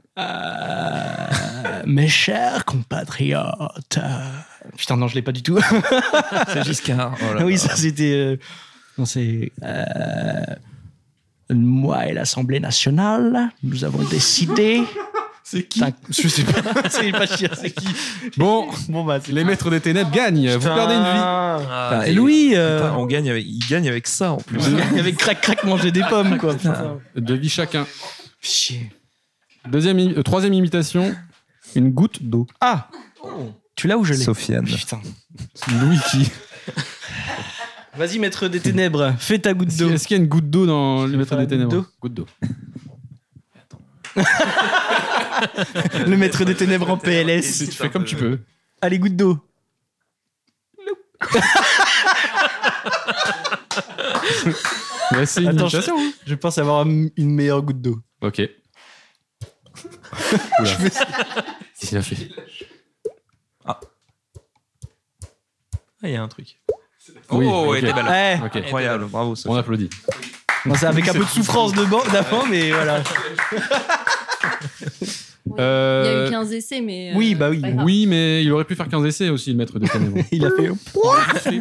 Mes chers compatriotes. Putain, non, je l'ai pas du tout. C'est Giscard. Oh là oui, là. ça c'était. Non, c'est. Moi et l'Assemblée nationale, nous avons décidé. C'est qui? Je sais pas. C'est pas Chirac, c'est qui? Bon, Bon, c'est les maîtres des ténèbres gagnent. Vous perdez une vie. Ah, Et Louis, Putain, il gagne avec ça en plus. avec crac manger des pommes, quoi. Putain. 2 vies chacun. Chier. Troisième imitation, une goutte d'eau. Ah. Tu l'as ou je l'ai? Sofiane. Putain. Louis qui... Vas-y, maître des ténèbres, fais ta goutte d'eau. Est-ce qu'il y a une goutte d'eau dans les maîtres faire des la ténèbres? goutte Goutte d'eau. Le maître des ténèbres en PLS. Tu fais comme tu peux. Allez, goutte d'eau. Ouais, c'est une Attends, imitation. hein. je pense avoir une meilleure goutte d'eau. Ok. Oula. Il a fait. Ah, il y a un truc. Oui, Oh, ok. elle était belle. Ouais. Ok. Incroyable, bravo On Sofiane. applaudit. Bon, c'est avec un peu de souffrance d'avant, mais voilà. Il y a eu 15 essais, mais. Oui, bah oui. pas grave. Oui, mais il aurait pu faire 15 essais aussi, le maître des ténèbres. Il a fait.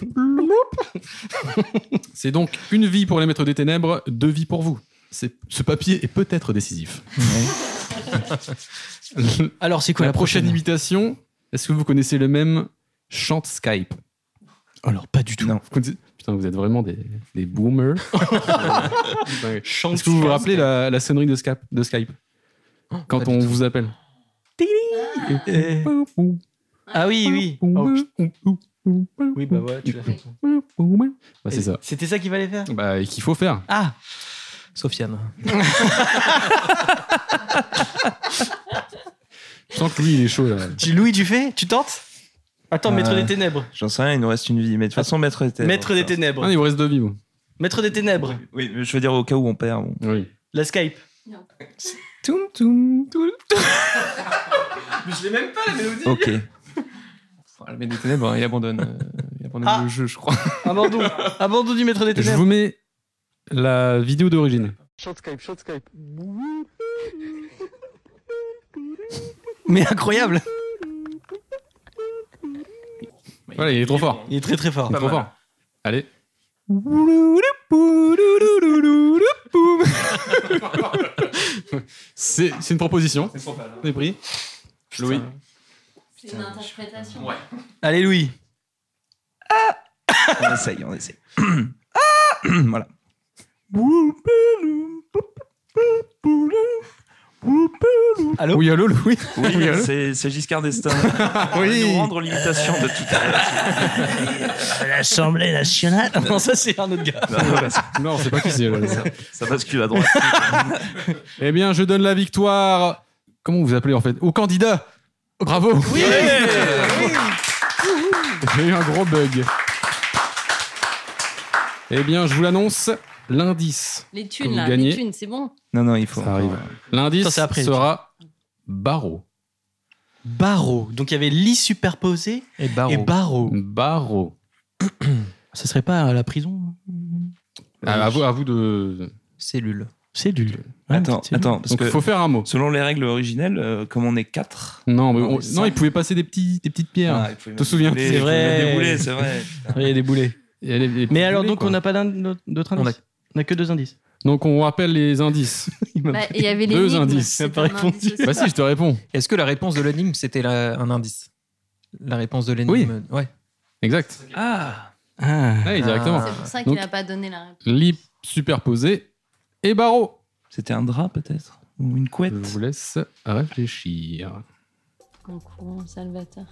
C'est donc une vie pour les maîtres des ténèbres, 2 vies pour vous. Ce papier est peut-être décisif. Alors, c'est quoi la prochaine imitation? Est-ce que vous connaissez le même chante Skype? Alors, pas du tout. Non. Putain, vous êtes vraiment des boomers. Est-ce que vous vous rappelez la sonnerie de Skype quand on vous appelle? Ah oui. Oui, bah ouais, tu l'as fait. Bah, c'est ça. C'était ça qu'il fallait faire? Bah, et qu'il faut faire. Ah, Sofiane. Je sens que Louis, il est chaud là. Louis, tu fais? Tu tentes? Attends, Maître des Ténèbres. J'en sais rien, il nous reste une vie. Mais de toute façon, Maître des Ténèbres. Maître des Ténèbres. Ah, il vous reste 2 vies, vous. Maître des Ténèbres. Oui, je veux dire au cas où on perd. Bon. Oui. La Skype. Toum, toum, toum. Mais je l'ai même pas, la mélodie. Ok. Le Maître des Ténèbres, il abandonne le jeu, je crois. Abandon du Maître des Ténèbres. Je vous mets la vidéo d'origine. Shot Skype. Mais incroyable. Voilà, il est trop fort. Il est très très fort. Il est trop fort. Allez. C'est une proposition. C'est pris. Louis. C'est une interprétation. Ouais. Allez, Louis. On essaye. Voilà. Allô? Oui, allô, Louis. Oui, allô. c'est Giscard d'Estaing. Oui. Nous rendre l'imitation de tout à l'heure. L'Assemblée nationale. Non, ça c'est un autre gars. Non, c'est pas qui c'est. Ça bascule à droite. Eh bien, je donne la victoire. Comment vous appelez en fait? Au candidat. Bravo. Oui. J'ai eu un gros bug. Eh bien, je vous l'annonce. L'indice. Les que thunes, vous là. gagnez, Les thunes, c'est bon. Non, il faut. Ça arrive. L'indice Ça, c'est après, sera barreau. Barreau. Donc il y avait lit superposé Et barreau. et barreau. Barreau. Ça serait pas à la prison? À vous de. Cellule. Cellule. Attends, parce Donc, que il faut faire un mot. selon les règles originelles, comme on est 4. Non, mais Non, non, il pouvait passer des petites pierres. Tu te souviens? C'est vrai. Débouler, c'est vrai. Il y a des boulets. Mais alors, donc, on n'a pas d'autres indices? On a que 2 indices. Donc, on rappelle les indices. Bah, il y avait les 2 indices. Il pas répondu. Bah, si, je te réponds. Est-ce que la réponse de l'énigme, c'était un indice? La réponse de l'énigme. Oui. Ouais. Exact. Ouais, directement. C'est pour ça Donc, qu'il n'a pas donné la réponse. lit superposé et barreau. C'était un drap, peut-être? Ou une couette? Je vous laisse réfléchir. En courant, Salvatore.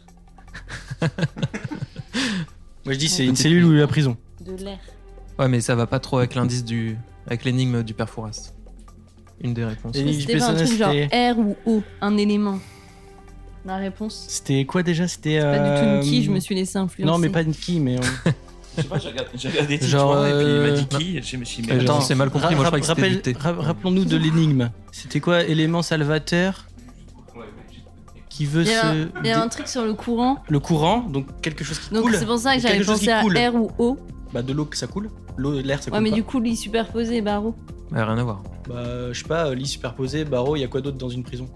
Moi, je dis c'est une cellule ou la prison. De l'air. Ouais, mais ça va pas trop avec l'indice avec l'énigme du père Fouras. Une des réponses. Et- Mais c'était pas un truc genre c'était- R ou O, un élément. La réponse. C'était quoi déjà? C'était. Pas du tout Niki, je me suis laissé influencer. Non, mais pas Niki, mais. Je sais pas, j'ai regardé Genre, Titouan, et puis il m'a dit qui, et je me suis dit, mais Attends, attends, c'est mal compris, moi je croyais que c'était du thé. Rappelons-nous de l'énigme. C'était quoi? Élément salvateur qui veut Il y a, se. il y a un truc sur le courant. Le courant, donc quelque chose qui Donc coule. c'est pour ça que j'avais Quelque chose pensé qui à coule. R ou O. Bah, de l'eau, ça coule. L'eau, l'air, ça coule. Ouais, mais pas. du coup, lit superposé et barreau. Ouais, rien à voir. Bah, je sais pas, lit superposé, barreau, il y a quoi d'autre dans une prison?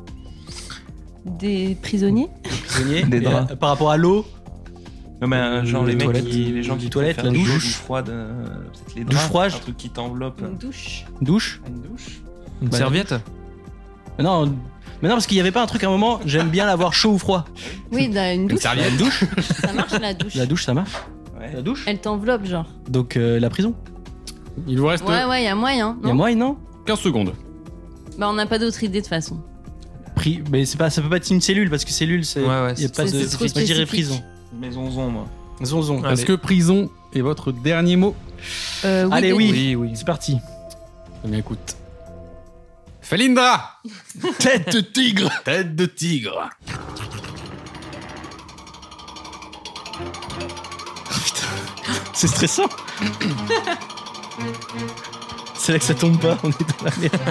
Des prisonniers. Prisonnier. Des Et, draps. par rapport à l'eau, Non, mais genre les Les mecs, toilettes. les gens Les qui toilettes, préfèrent la l'eau douche. froide, peut-être les Douche draps, froide. un truc qui t'enveloppe. Une douche. douche. Une douche. Une Bah, serviette? Mais non, parce qu'il y avait pas un truc à un moment, j'aime bien l'avoir chaud ou froid. Oui, une douche. serviette. Douche. Ça marche la douche. La douche, ça marche. Ouais. La douche. Elle t'enveloppe, genre. Donc, la prison. Il vous reste Ouais, il y a moyen. Il y a Non moyen, non? 15 secondes. Bah, on n'a pas d'autre idée de toute façon. Mais c'est pas, ça peut pas être une cellule parce que cellule, c'est. Ouais, ouais, y a pas de. c'est trop Moi, je dirais spécifique. prison. Mais zonzon, moi. Zonzon. Allez. Est-ce que prison est votre dernier mot? Allez, Denis. oui. Oui. C'est parti. Eh bien, écoute. Felindra. Tête de tigre. Tête de tigre. C'est stressant. C'est là que ça tombe pas, on est dans la merde.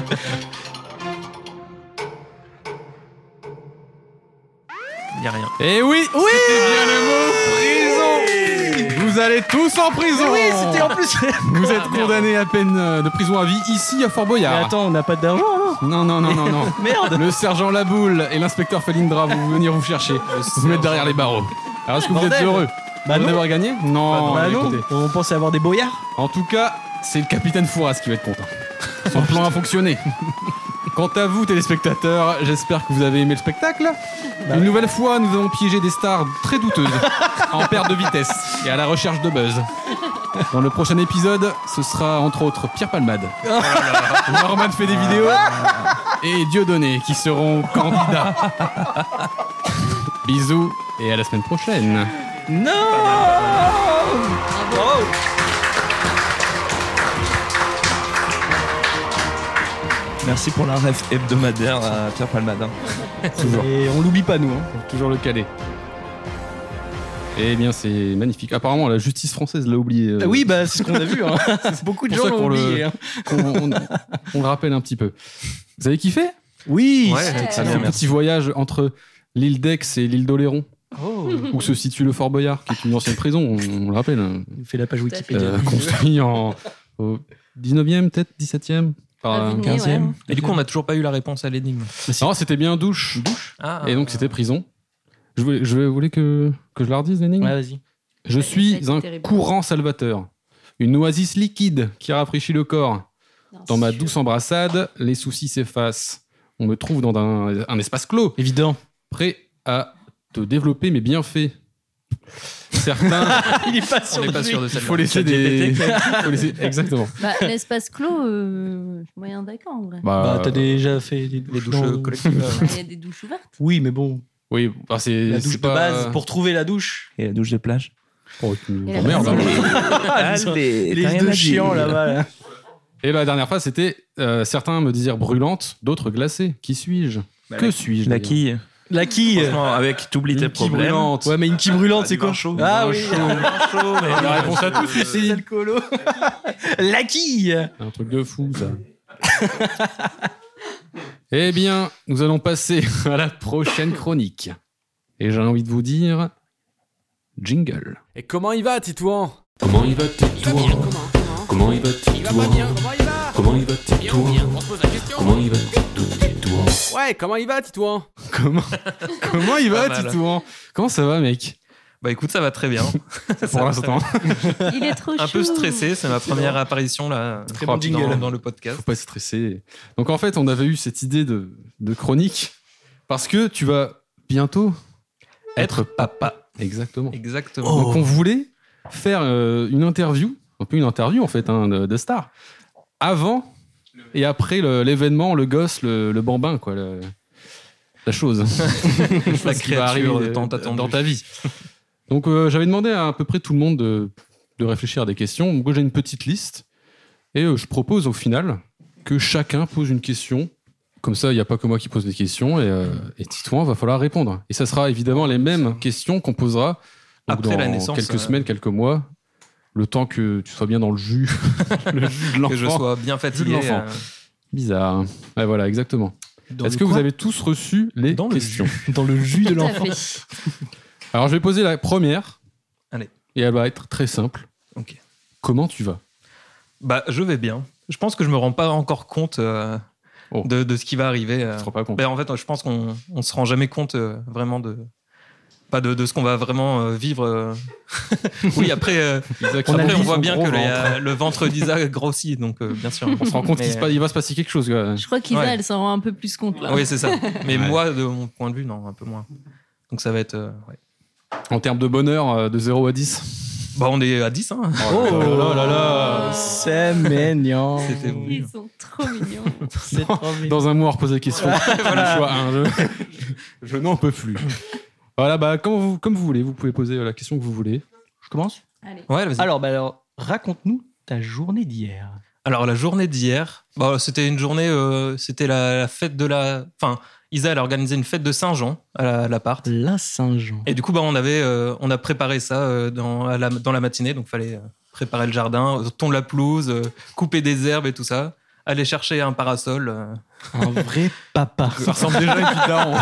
Y a rien. Eh oui, c'était bien le mot prison. Vous allez tous en prison. Oui, c'était en plus. Vous êtes condamnés à peine de prison à vie ici à Fort Mais Boyard. attends, on n'a pas d'argent, non? Non. Merde. Le sergent Laboule et l'inspecteur Felindra vont venir vous chercher. Vous mettre derrière les barreaux. Alors, est-ce que vous êtes Bordel. heureux Bah non. d'avoir gagné? Non, Bah non. écoutez. On pensait avoir des boyards. En tout cas, c'est le capitaine Fouras qui va être content. Son plan a fonctionné. Quant à vous, téléspectateurs, j'espère que vous avez aimé le spectacle. Une nouvelle fois, nous avons piégé des stars très douteuses, en perte de vitesse et à la recherche de buzz. Dans le prochain épisode, ce sera entre autres Pierre Palmade, Norman fait des vidéos et Dieudonné qui seront candidats. Bisous et à la semaine prochaine. Non. Bravo. Merci pour la ref hebdomadaire à Pierre Palmade. Toujours. Et on l'oublie pas, nous. Hein. Toujours le caler. Eh bien, c'est magnifique. Apparemment, la justice française l'a oublié. Oui, bah, c'est ce qu'on a vu. Hein. Beaucoup de gens l'ont oublié. Hein. On le rappelle un petit peu. Vous avez kiffé ? Oui. C'est un petit voyage entre l'île d'Aix et l'île d'Oléron. Où se situe le Fort Boyard, qui est une ancienne prison, on le rappelle. Il fait la page Wikipédia. Construit au 19e, peut-être 17e. Par 15e. Ouais. Et du coup, on n'a toujours pas eu la réponse à l'énigme. Non, c'était bien douche. Et donc, c'était prison. Je voulais que je la redise, l'énigme. Ouais, vas-y. Je suis un courant salvateur. Une oasis liquide qui rafraîchit le corps. Dans ma douce embrassade, les soucis s'effacent. On me trouve dans un espace clos. Évident. Prêt à te développer mes bienfaits. Certains. Il est pas sûr. On n'est pas sûr de ça. Il faut laisser des. Exactement. Bah, l'espace clos, moyen d'accord en vrai. Bah, t'as déjà fait les douches collectives. Il y a des douches ouvertes. Oui, mais bon. Oui, bah c'est la douche c'est de pas... base pour trouver la douche. Et la douche de plage. Oh, la merde. Les deux chiants là-bas. Là. Et la dernière fois, c'était certains me disaient brûlante, d'autres glacée. Qui suis-je ? Que suis-je ? La quille. La quille. Franchement, avec t'oublies tes problèmes. Brûlante. Ouais, mais une quille brûlante, c'est quoi chaud. Ah oui. Chaud, mais la réponse à tous ici. C'est le colo. La quille. Un truc de fou, ça. Eh bien, nous allons passer à la prochaine chronique. Et j'ai envie de vous dire... Jingle. Et comment il va, Titouan ? Comment il va, Titouan ? Comment il va, Titouan ? Comment il va, Titouan ? Comment il va, Titouan ? Ouais, comment il va, Titouan ? Comment il va, Titouan ? Comment ça va, mec ? Bah écoute, ça va très bien. Pour l'instant. Il est trop chaud. Un peu stressé, c'est ma première apparition là. Très bon jingle dans le podcast. Faut pas stresser. Donc en fait, on avait eu cette idée de chronique parce que tu vas bientôt être papa. Exactement. Donc on voulait faire une interview, un peu une interview en fait, hein, de star, avant et après l'événement, le gosse, le bambin, quoi, la chose. La qui va arriver dans ta vie. Donc j'avais demandé à peu près tout le monde de réfléchir à des questions. Donc j'ai une petite liste et je propose au final que chacun pose une question. Comme ça, il n'y a pas que moi qui pose des questions et Titouan va falloir répondre. Et ça sera évidemment les mêmes questions qu'on posera après dans la naissance, quelques semaines, quelques mois, le temps que tu sois bien dans le jus, le jus de l'enfant. Que je sois bien fatigué. Bizarre. Ouais, voilà, exactement. Est-ce que vous avez tous reçu les questions ? Dans le jus de l'enfant. Alors, je vais poser la première. Allez. Et elle va être très simple. Ok. Comment tu vas ? Bah, je vais bien. Je pense que je me rends pas encore compte de ce qui va arriver. Tu te rends pas compte ? Ben, en fait, je pense qu'on se rend jamais compte vraiment de ce qu'on va vraiment vivre. Oui, après, on voit bien que le ventre d'Isa grossit, donc bien sûr. On se rend compte qu'il va se passer quelque chose. Quoi. Je crois qu'Isa, elle s'en rend un peu plus compte là. Oui, c'est ça. Mais moi, de mon point de vue, non, un peu moins. Donc ça va être... En termes de bonheur, de 0 à 10 ? Bah, on est à 10, hein. Oh là là. C'est mignon. C'était voulu. Ils sont trop mignons. C'est trop mignon. Dans un mois, reposer la question. Voilà. Choix 1. Je n'en peux plus. Voilà, bah, comme vous voulez, vous pouvez poser la question que vous voulez. Je commence ? Allez. Ouais, vas-y. Alors, raconte-nous ta journée d'hier. Alors, la journée d'hier, c'était une journée, c'était la fête de la... Enfin, Isa, elle a organisé une fête de Saint-Jean à l'appart. La Saint-Jean. Et du coup, on a préparé ça dans la matinée, donc il fallait préparer le jardin, tondre la pelouse, couper des herbes et tout ça, aller chercher un parasol. Un vrai papa. Ça ressemble déjà à une petite daron.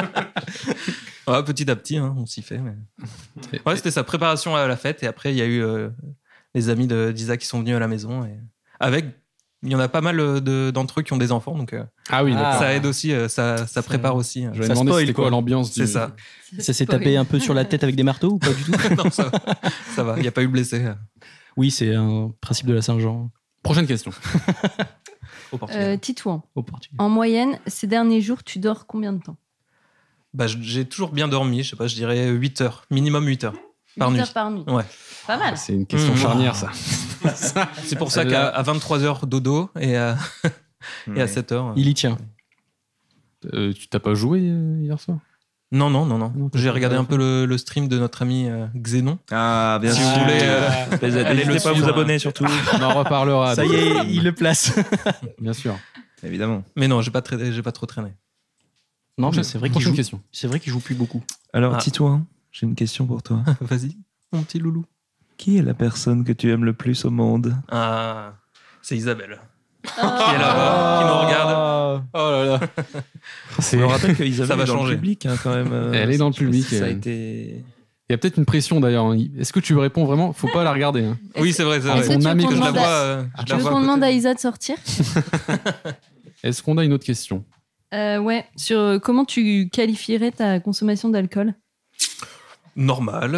Ouais, petit à petit, hein, on s'y fait. Mais... Ouais, c'était sa préparation à la fête. Et après, il y a eu les amis d'Isa qui sont venus à la maison. Et... Il y en a pas mal d'entre eux qui ont des enfants. Donc, ah oui, d'accord. ça aide aussi, ça prépare aussi. Je vais demander c'était quoi l'ambiance. C'est ça. Ça s'est tapé un peu sur la tête avec des marteaux ou pas du tout? Non, ça va. Il n'y a pas eu de blessés. Oui, c'est un principe de la Saint-Jean. Prochaine question. Au Portugal. Titouan, Au Portugal. en moyenne, ces derniers jours, tu dors combien de temps? Bah, j'ai toujours bien dormi, je sais pas, je dirais 8 heures, minimum 8 heures par 8 nuit. heures par nuit. Ouais. Pas mal. C'est une question charnière, ça. C'est pour ça qu'à 23h dodo et à 7h. Il y tient. Tu t'as pas joué hier soir? Non. J'ai regardé un peu le stream de notre ami Xénon. Ah, bien Si sûr. vous voulez, N'hésitez pas à vous abonner surtout. On en reparlera. Ça y est, il le place. Bien sûr. Évidemment. Mais non, j'ai pas trop traîné. Non, mais c'est vrai qu'il Prochaine joue. question. C'est vrai qu'il joue plus beaucoup. Alors, Ah. Titouan, j'ai une question pour toi. Vas-y, mon petit loulou. Qui est la personne que tu aimes le plus au monde? Ah, c'est Isabelle. Qui est là-bas, qui nous regarde. Oh là là. On me rappelle que Isabelle Ça va est dans changer. le public hein, quand même. Elle est dans le public. Ça a été... Il y a peut-être une pression d'ailleurs. hein. Est-ce que tu réponds vraiment? Faut pas la regarder. Hein. Oui, c'est vrai. Est-ce que Ton tu veux ami qu'on que je la demande vois, à- je tu la veux vois qu'on à demande côté. à Isa de sortir? Est-ce qu'on a une autre question? Ouais, sur comment tu qualifierais ta consommation d'alcool? Normal.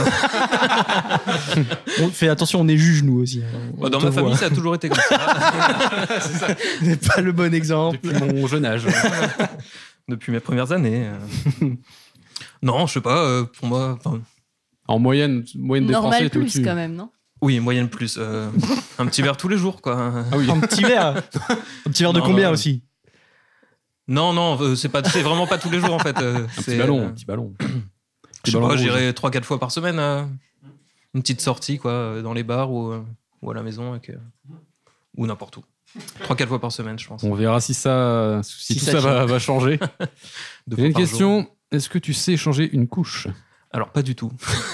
On fait attention, on est juge nous aussi. hein. Bah, dans On ma te famille, voit. ça a toujours été comme ça. C'est ça. C'est pas le bon exemple. Depuis mon jeune âge. Depuis mes premières années. Non, je sais pas. Pour moi, enfin, En moyenne des Français, Normal t'es plus au-dessus. quand même, non? oui, moyenne plus. Un petit verre tous les jours, quoi. Ah oui. Un petit verre. Un petit verre de Non, combien non. aussi? Non, c'est vraiment pas tous les jours en fait. Un petit ballon. Un petit ballon. Je sais pas, j'irai 3-4 fois par semaine. Une petite sortie, quoi, dans les bars ou à la maison. Ou n'importe où. 3-4 fois par semaine, je pense. On verra si tout ça va changer. Deux J'ai une fois par question. jour. Est-ce que tu sais changer une couche? Alors, pas du tout.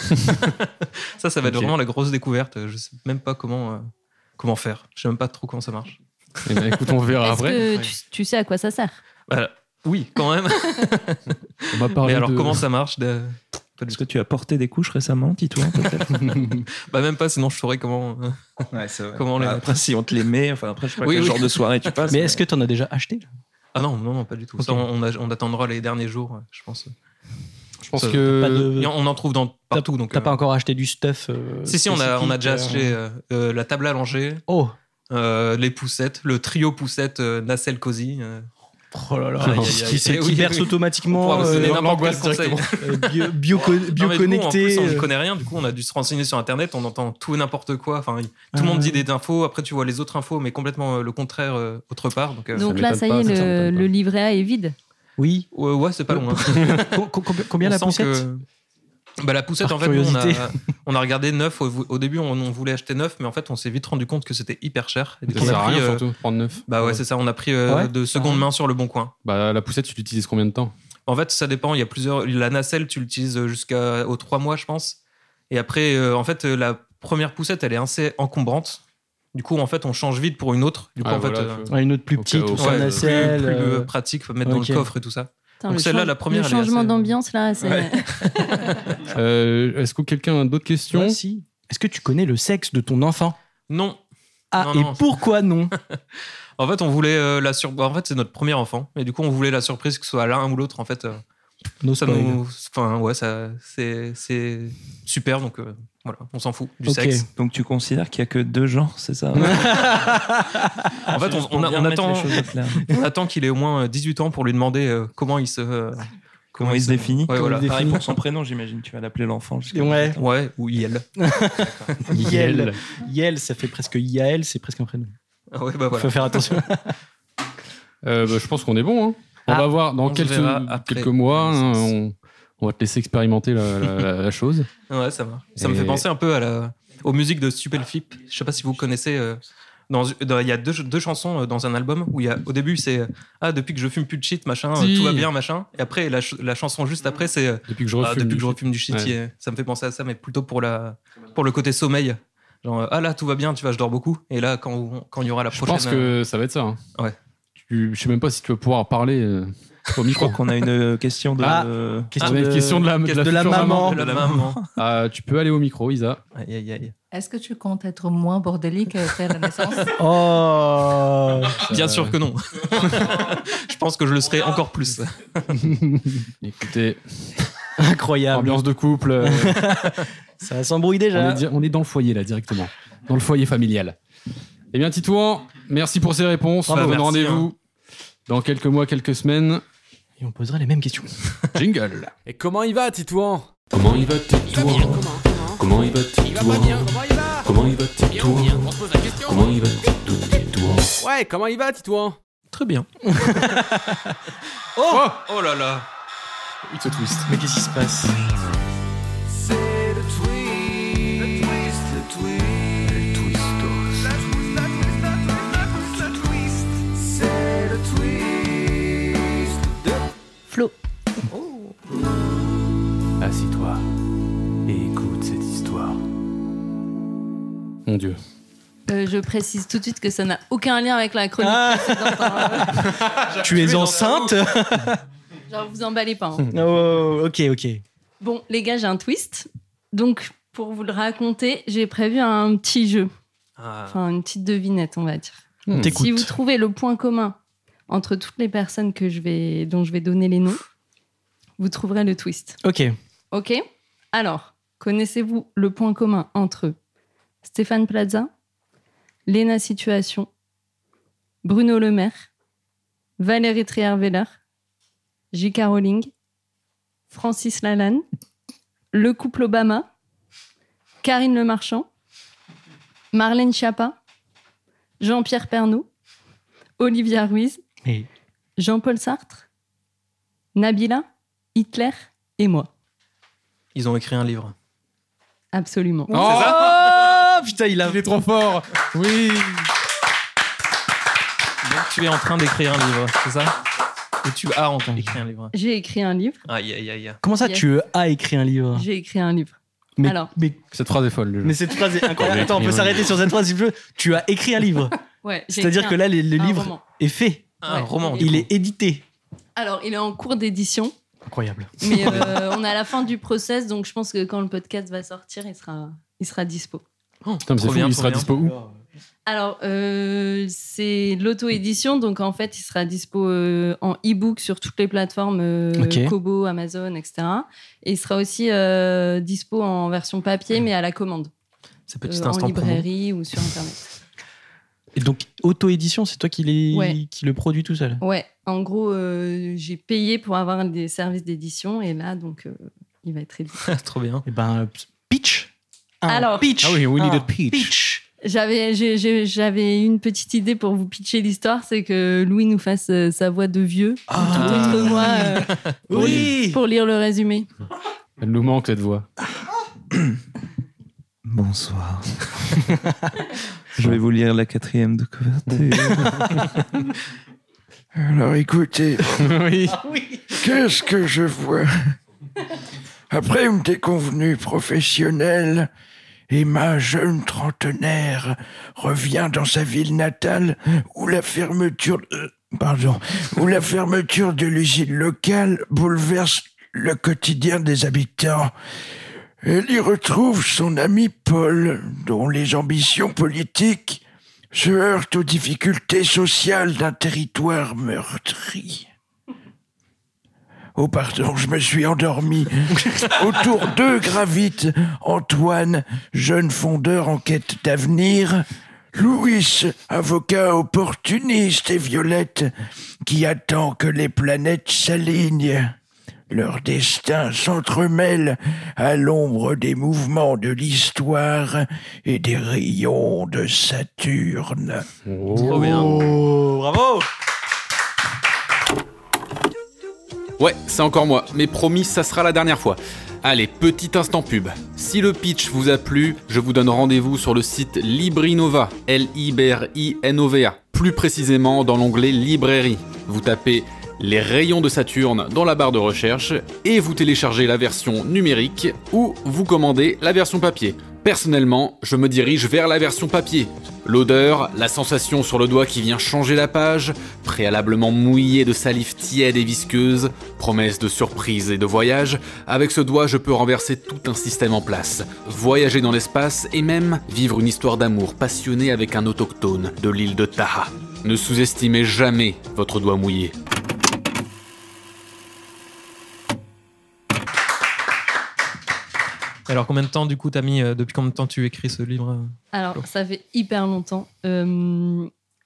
ça va être Ok. vraiment la grosse découverte. Je sais même pas comment faire. Je sais même pas trop comment ça marche. Eh ben, écoute, on verra Est-ce après. que tu sais à quoi ça sert? Bah, oui, quand même. On va parler Mais alors, de... comment ça marche Est-ce que tu as porté des couches récemment, Titouan, peut-être? Bah, même pas, sinon je saurais comment. Ouais, c'est vrai. Comment les mettre. Après, si on te les met, enfin, après, je sais pas Oui, quel oui. genre de soirée tu passes. Mais est-ce que t'en as déjà acheté là? Ah non, pas du tout. Ok. Ça, on attendra les derniers jours, je pense. Je pense Ça- que... Pas de- Et on en trouve partout. Donc, T'as pas encore acheté du stuff Si, on a déjà spécifique, acheté la table à langer, Oh. les poussettes, le trio poussette Nacelle Cozy. Oh là là. Aïe, aïe, aïe. Qui Oui, berce oui. On automatiquement. pourra vous donner n'importe l'angoisse quel conseil. Bio Non, mais du coup, en connecté. plus, on n'y connaît rien. Du coup, on a dû se renseigner sur Internet. On entend tout et n'importe quoi. Enfin, tout le monde dit des infos. Après, tu vois les autres infos, mais complètement le contraire autre part. Donc, Donc là, m'étonne ça y pas, est, ça m'étonne pas. le livret A est vide. Oui. ouais, c'est pas loin. hein. Combien On la sent poussette que- Bah, la poussette, Par en fait, nous, curiosité. on a regardé neuf. Au début, on voulait acheter neuf, mais en fait, on s'est vite rendu compte que c'était hyper cher. Et du Ça coup, on sert a à pris, rien, surtout, prendre neuf. Bah ouais, c'est ça. On a pris Ouais. de seconde main sur le bon coin. Bah, la poussette, tu l'utilises combien de temps? En fait, ça dépend. Il y a plusieurs. La nacelle, tu l'utilises jusqu'aux 3 mois, je pense. Et après, en fait, la première poussette, elle est assez encombrante. Du coup, en fait, on change vite pour une autre. Du coup, Ah, en fait, voilà, Ouais, une autre plus Au petite, cas où. ou sans ouais, nacelle. plus pratique, faut mettre dans ok. le coffre et tout ça. Putain, Donc le celle-là, change- la première, le elle est changement assez- d'ambiance, là, c'est... Ouais. Est-ce que quelqu'un a d'autres questions? Ouais, si. Est-ce que tu connais le sexe de ton enfant? Non. Ah, Non, et non. pourquoi non? En fait, on voulait En fait, c'est notre premier enfant. Et du coup, on voulait la surprise que ce soit l'un ou l'autre. En fait, No ça spoil. nous. Enfin, ouais, c'est super. Donc, voilà, on s'en fout du Ok. sexe. Donc tu considères qu'il y a que 2 genres, c'est ça? En fait, Juste pour bien mettre les choses au clair. on attend qu'il ait au moins 18 ans pour lui demander comment il se. Comment il se définit? Ouais, voilà. Pareil pour son prénom, j'imagine. Tu vas l'appeler l'enfant. jusqu'à Ouais. 18 ans. Ouais, ou Yel. Yel. Yel, ça fait presque Yael, c'est presque un prénom. Ah ouais, bah voilà. Faut faire attention. Je pense qu'on est bon. Hein. On va voir dans on se verra après. quelques mois. Hein, on va te laisser expérimenter la chose. Ouais, ça va. Ça me Et- fait penser un peu aux musiques de Stupelflip. Je sais pas si vous connaissez. Il y a deux chansons dans un album où au début c'est depuis que je fume plus de shit, machin, Si. tout va bien, machin. Et après la chanson juste après c'est Depuis que je refume. depuis que je refume du shit. Ouais. Ça me fait penser à ça, mais plutôt pour le côté sommeil. Genre là tout va bien, tu vois, je dors beaucoup. Et là quand il y aura la Je prochaine. pense que ça va être ça. Hein. Ouais. Je sais même pas si tu vas pouvoir parler au Je micro. crois qu'on a une question de. Ah. On a une question de la de la future maman. De la maman. Ah, tu peux aller au micro, Isa. Aïe, aïe, aïe. Est-ce que tu comptes être moins bordélique après la naissance? Oh. Bien sûr que non. Je pense que je le serai encore plus. Écoutez, Incroyable. ambiance de couple. Ça s'embrouille déjà. On est dans le foyer là directement, dans le foyer familial. Eh bien, Titouan, Merci pour ces réponses. Bravo, On vous donne merci, rendez-vous dans quelques mois, quelques semaines. Et on posera les mêmes questions. Jingle. Et comment il va, Titouan? Comment il va, Titouan? Comment il va, Titouan? Comment il va, Titouan? Comment il va, Titouan? Ouais, comment il va, Titouan? Très bien. Oh là là. Ce twist. Mais qu'est-ce qui se passe? C'est le twist, le twist, le twist, le twistos. Le twist, c'est le twist de Flo. Assis-toi et écoute cette histoire. Mon Dieu. Je précise tout de suite que ça n'a aucun lien avec la chronique précédente. Hein. Tu es enceinte? Genre, vous emballez pas. Hein. Oh, ok. Bon, les gars, j'ai un twist. Donc, pour vous le raconter, j'ai prévu un petit jeu. Enfin, une petite devinette, on va dire. On t'écoute. Si vous trouvez le point commun entre toutes les personnes dont je vais donner les noms, vous trouverez le twist. Ok. Alors, connaissez-vous le point commun entre Stéphane Plaza, Léna Situation, Bruno Le Maire, Valérie Trierweiler, J.K. Rowling, Francis Lalanne, le couple Obama, Karine Le Marchand, Marlène Schiappa, Jean-Pierre Pernaut, Olivia Ruiz, Jean-Paul Sartre, Nabila, Hitler et moi. Ils ont écrit un livre. Absolument. Oh, c'est ça. Putain, il est trop fort. Oui. Donc tu es en train d'écrire un livre, c'est ça? Ou tu as écrit un livre? J'ai écrit un livre. Aïe. Comment ça, Yes. tu as écrit un livre? J'ai écrit un livre. Mais, Alors. mais cette phrase est folle. Le jeu. Mais cette phrase est incroyable. Attends, on peut s'arrêter sur cette phrase si tu veux. Tu as écrit un livre. Ouais. j'ai C'est-à-dire écrit que là, le un livre roman. est fait. Un roman. Il est édité. Alors, il est en cours d'édition. Incroyable. Mais on est à la fin du process, donc je pense que quand le podcast va sortir, il sera dispo. Putain, mais c'est fou, il sera dispo où? Alors, c'est l'auto-édition, donc en fait, il sera dispo en e-book sur toutes les plateformes Ok. Kobo, Amazon, etc. Et il sera aussi dispo en version papier, mais à la commande. C'est petit En instant promo. librairie ou sur Internet. Et donc, auto-édition, c'est toi qui Ouais. le produit tout seul? Ouais, en gros, j'ai payé pour avoir des services d'édition, et là, donc, il va être édité. Trop bien. Et ben, pitch. Alors, pitch. Ah oui, we need Un a pitch. J'avais une petite idée pour vous pitcher l'histoire, c'est que Louis nous fasse sa voix de vieux, tout entre moi, Oui. pour lire le résumé. Elle nous manque cette voix. Bonsoir. Je vais vous lire la 4e de couverture. Alors écoutez, Oui. qu'est-ce que je vois? Après une déconvenue professionnelle, Emma, jeune trentenaire, revient dans sa ville natale où la fermeture de l'usine locale bouleverse le quotidien des habitants. Elle y retrouve son ami Paul, dont les ambitions politiques se heurtent aux difficultés sociales d'un territoire meurtri. Oh pardon, je me suis endormi. Autour d'eux gravitent Antoine, jeune fondeur en quête d'avenir, Louis, avocat opportuniste, et Violette, qui attend que les planètes s'alignent. Leur destin s'entremêle à l'ombre des mouvements de l'histoire et des rayons de Saturne. Trop bien. Oh, bravo. Ouais, c'est encore moi, mais promis, ça sera la dernière fois. Allez, petit instant pub. Si le pitch vous a plu, je vous donne rendez-vous sur le site Librinova, Librinova. Plus précisément dans l'onglet Librairie. Vous tapez les rayons de Saturne dans la barre de recherche et vous téléchargez la version numérique ou vous commandez la version papier. Personnellement, je me dirige vers la version papier. L'odeur, la sensation sur le doigt qui vient changer la page, préalablement mouillé de salive tiède et visqueuse, promesse de surprise et de voyage, avec ce doigt je peux renverser tout un système en place, voyager dans l'espace et même vivre une histoire d'amour passionnée avec un autochtone de l'île de Taha. Ne sous-estimez jamais votre doigt mouillé. Alors combien de temps du coup t'as mis depuis combien de temps tu écris ce livre? Alors, ça fait hyper longtemps.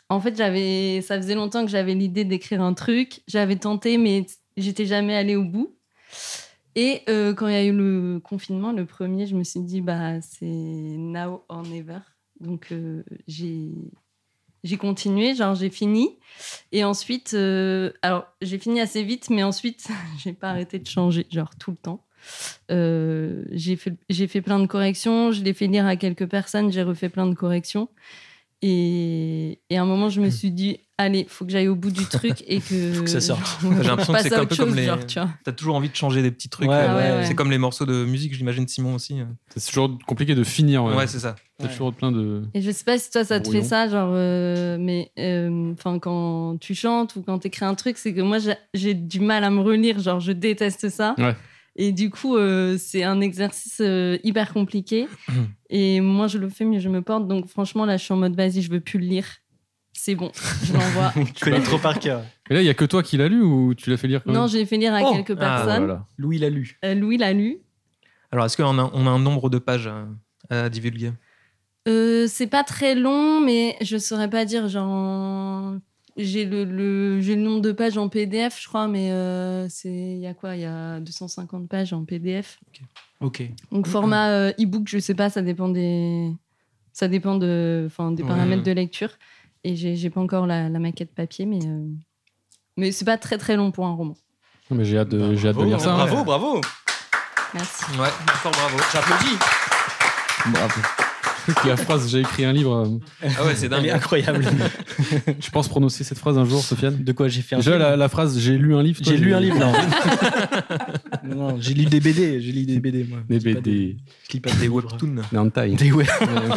En fait, ça faisait longtemps que j'avais l'idée d'écrire un truc. J'avais tenté, mais j'étais jamais allée au bout. Et quand il y a eu le confinement, le premier, je me suis dit, c'est now or never. Donc, j'ai continué, j'ai fini. Et ensuite, j'ai fini assez vite, mais ensuite, j'ai pas arrêté de changer, tout le temps. J'ai fait plein de corrections, je l'ai fait lire à quelques personnes, j'ai refait plein de corrections. Et à un moment, je me suis dit, allez, faut que j'aille au bout du truc et que. Faut que ça sorte. J'ai l'impression que c'est un peu comme les. tu vois. T'as toujours envie de changer des petits trucs. Ouais. C'est comme les morceaux de musique, j'imagine Simon aussi. C'est toujours compliqué de finir. Ouais, c'est ça. T'as toujours plein de. Et je sais pas si toi ça te fait ça, mais quand tu chantes ou quand t'écris un truc, c'est que moi j'ai du mal à me relire, je déteste ça. Ouais. Et du coup, c'est un exercice hyper compliqué. Et moi, je le fais, mais je me porte. Donc, franchement, là, je suis en mode, vas-y, je veux plus le lire. C'est bon, je l'envoie. Tu connais trop par cœur. Et là, il y a que toi qui l'as lu ou tu l'as fait lire quand même ? Non, j'ai fait lire à quelques personnes. Voilà. Louis l'a lu. Louis l'a lu. Alors, est-ce qu'on a un nombre de pages à divulguer ? C'est pas très long, mais je saurais pas dire, j'ai le nombre de pages en PDF, je crois, mais il y a quoi ? Il y a 250 pages en PDF. Ok. Donc format e-book, je sais pas, ça dépend des paramètres de lecture. Et j'ai pas encore la maquette papier, mais c'est pas très très long pour un roman. Non, mais j'ai hâte de lire ça. Bravo. Merci. Ouais, fort bravo. J'applaudis. Bravo. La phrase, j'ai écrit un livre. Ah ouais, c'est dingue. Elle est incroyable. Je pense prononcer cette phrase un jour, Sofiane. De quoi j'ai fait un Déjà, film la phrase, j'ai lu un livre. J'ai lu un livre, non. Non, j'ai lu des BD. J'ai lu des BD, moi. Des BD. Je lis pas des webtoons. Des hentai. Des web.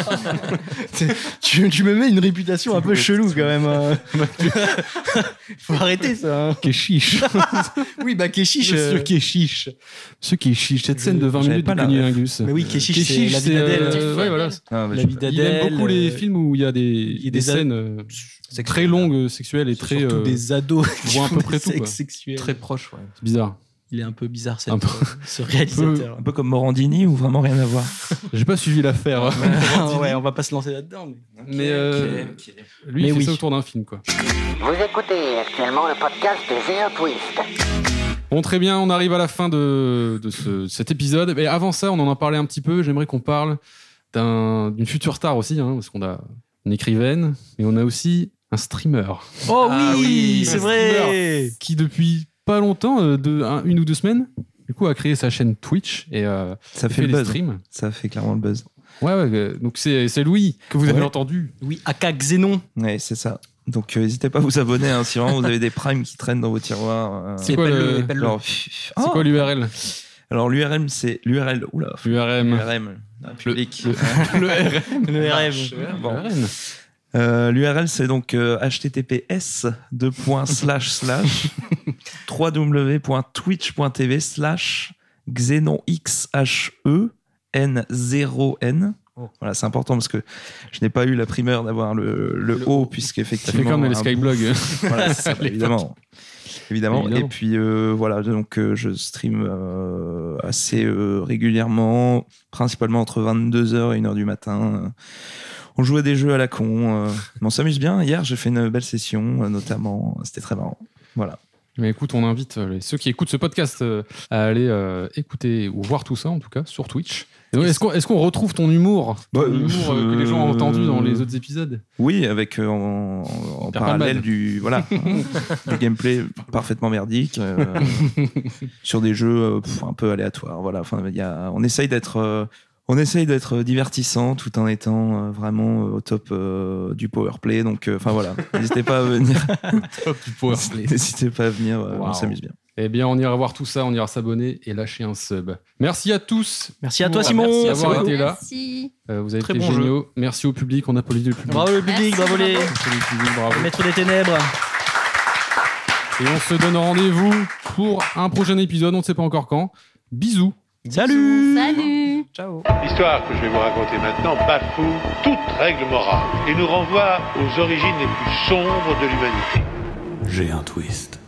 Tu me mets une réputation un peu chelou, quand même. Faut arrêter, ça. Hein. Keshish. Oui, Keshish. Monsieur Keshish. Monsieur Keshish. Cette scène de 20 minutes de Cunnilingus. Mais oui, Keshish, c'est la vie d'Adèle. Ouais, voilà. La vie d'Adèle. Il aime beaucoup les films où il y a des scènes très longues sexuelles et très. Surtout des ados. On voit à peu près tout. Sexuels. Très proche, ouais. C'est bizarre. Il est un peu bizarre, ce réalisateur. Un peu comme Morandini ou vraiment rien à voir. J'ai pas suivi l'affaire. Ouais, on va pas se lancer là-dedans. Mais lui, il fait ça autour d'un film, quoi. Vous écoutez actuellement le podcast de J'ai un twist. Bon, très bien, on arrive à la fin de cet épisode. Mais avant ça, on en a parlé un petit peu. J'aimerais qu'on parle d'une future star aussi, parce qu'on a une écrivaine, mais on a aussi un streamer. Oh oui, c'est vrai. Qui depuis pas longtemps, une ou deux semaines, du coup, a créé sa chaîne Twitch et ça fait le buzz. Streams. Ça fait clairement le buzz. Ouais, donc c'est Louis que vous avez entendu. Oui, aka Xénon. Ouais, c'est ça. Donc n'hésitez pas à vous abonner si vraiment vous avez des primes qui traînent dans vos tiroirs. C'est quoi l'URL? Alors l'URL c'est l'URL. Oula. l'URM. Public. Le Bon. L'URL c'est donc https www.twitch.tv/xenonxhen0n. Voilà, c'est important parce que je n'ai pas eu la primeur d'avoir le O puisqu'effectivement. Ça fait comme les Skyblogs. Voilà, c'est ça, évidemment. Et puis voilà, donc je stream assez régulièrement, principalement entre 22h et 1h du matin. On joue à des jeux à la con, mais on s'amuse bien. Hier, j'ai fait une belle session, notamment. C'était très marrant. Voilà. Mais écoute, on invite ceux qui écoutent ce podcast à aller écouter ou voir tout ça, en tout cas, sur Twitch. Donc, est-ce qu'on retrouve ton humour, que les gens ont entendu dans les autres épisodes? Oui, avec en parallèle du gameplay parfaitement merdique sur des jeux un peu aléatoires. Voilà. Enfin, on essaye d'être divertissant tout en étant vraiment au top du powerplay. Donc, voilà, n'hésitez pas à venir. Top du powerplay. N'hésitez pas à venir, on s'amuse bien. Eh bien, on ira voir tout ça, on ira s'abonner et lâcher un sub. Merci à tous. Merci à toi, Simon. Merci d'avoir été là. Merci. Vous avez été géniaux. Merci au public, on applaudit le public. Bravo le public, bravo les maîtres des ténèbres. Et on se donne rendez-vous pour un prochain épisode, on ne sait pas encore quand. Bisous. Salut. Ciao. L'histoire que je vais vous raconter maintenant bafoue toute règle morale et nous renvoie aux origines les plus sombres de l'humanité. J'ai un twist.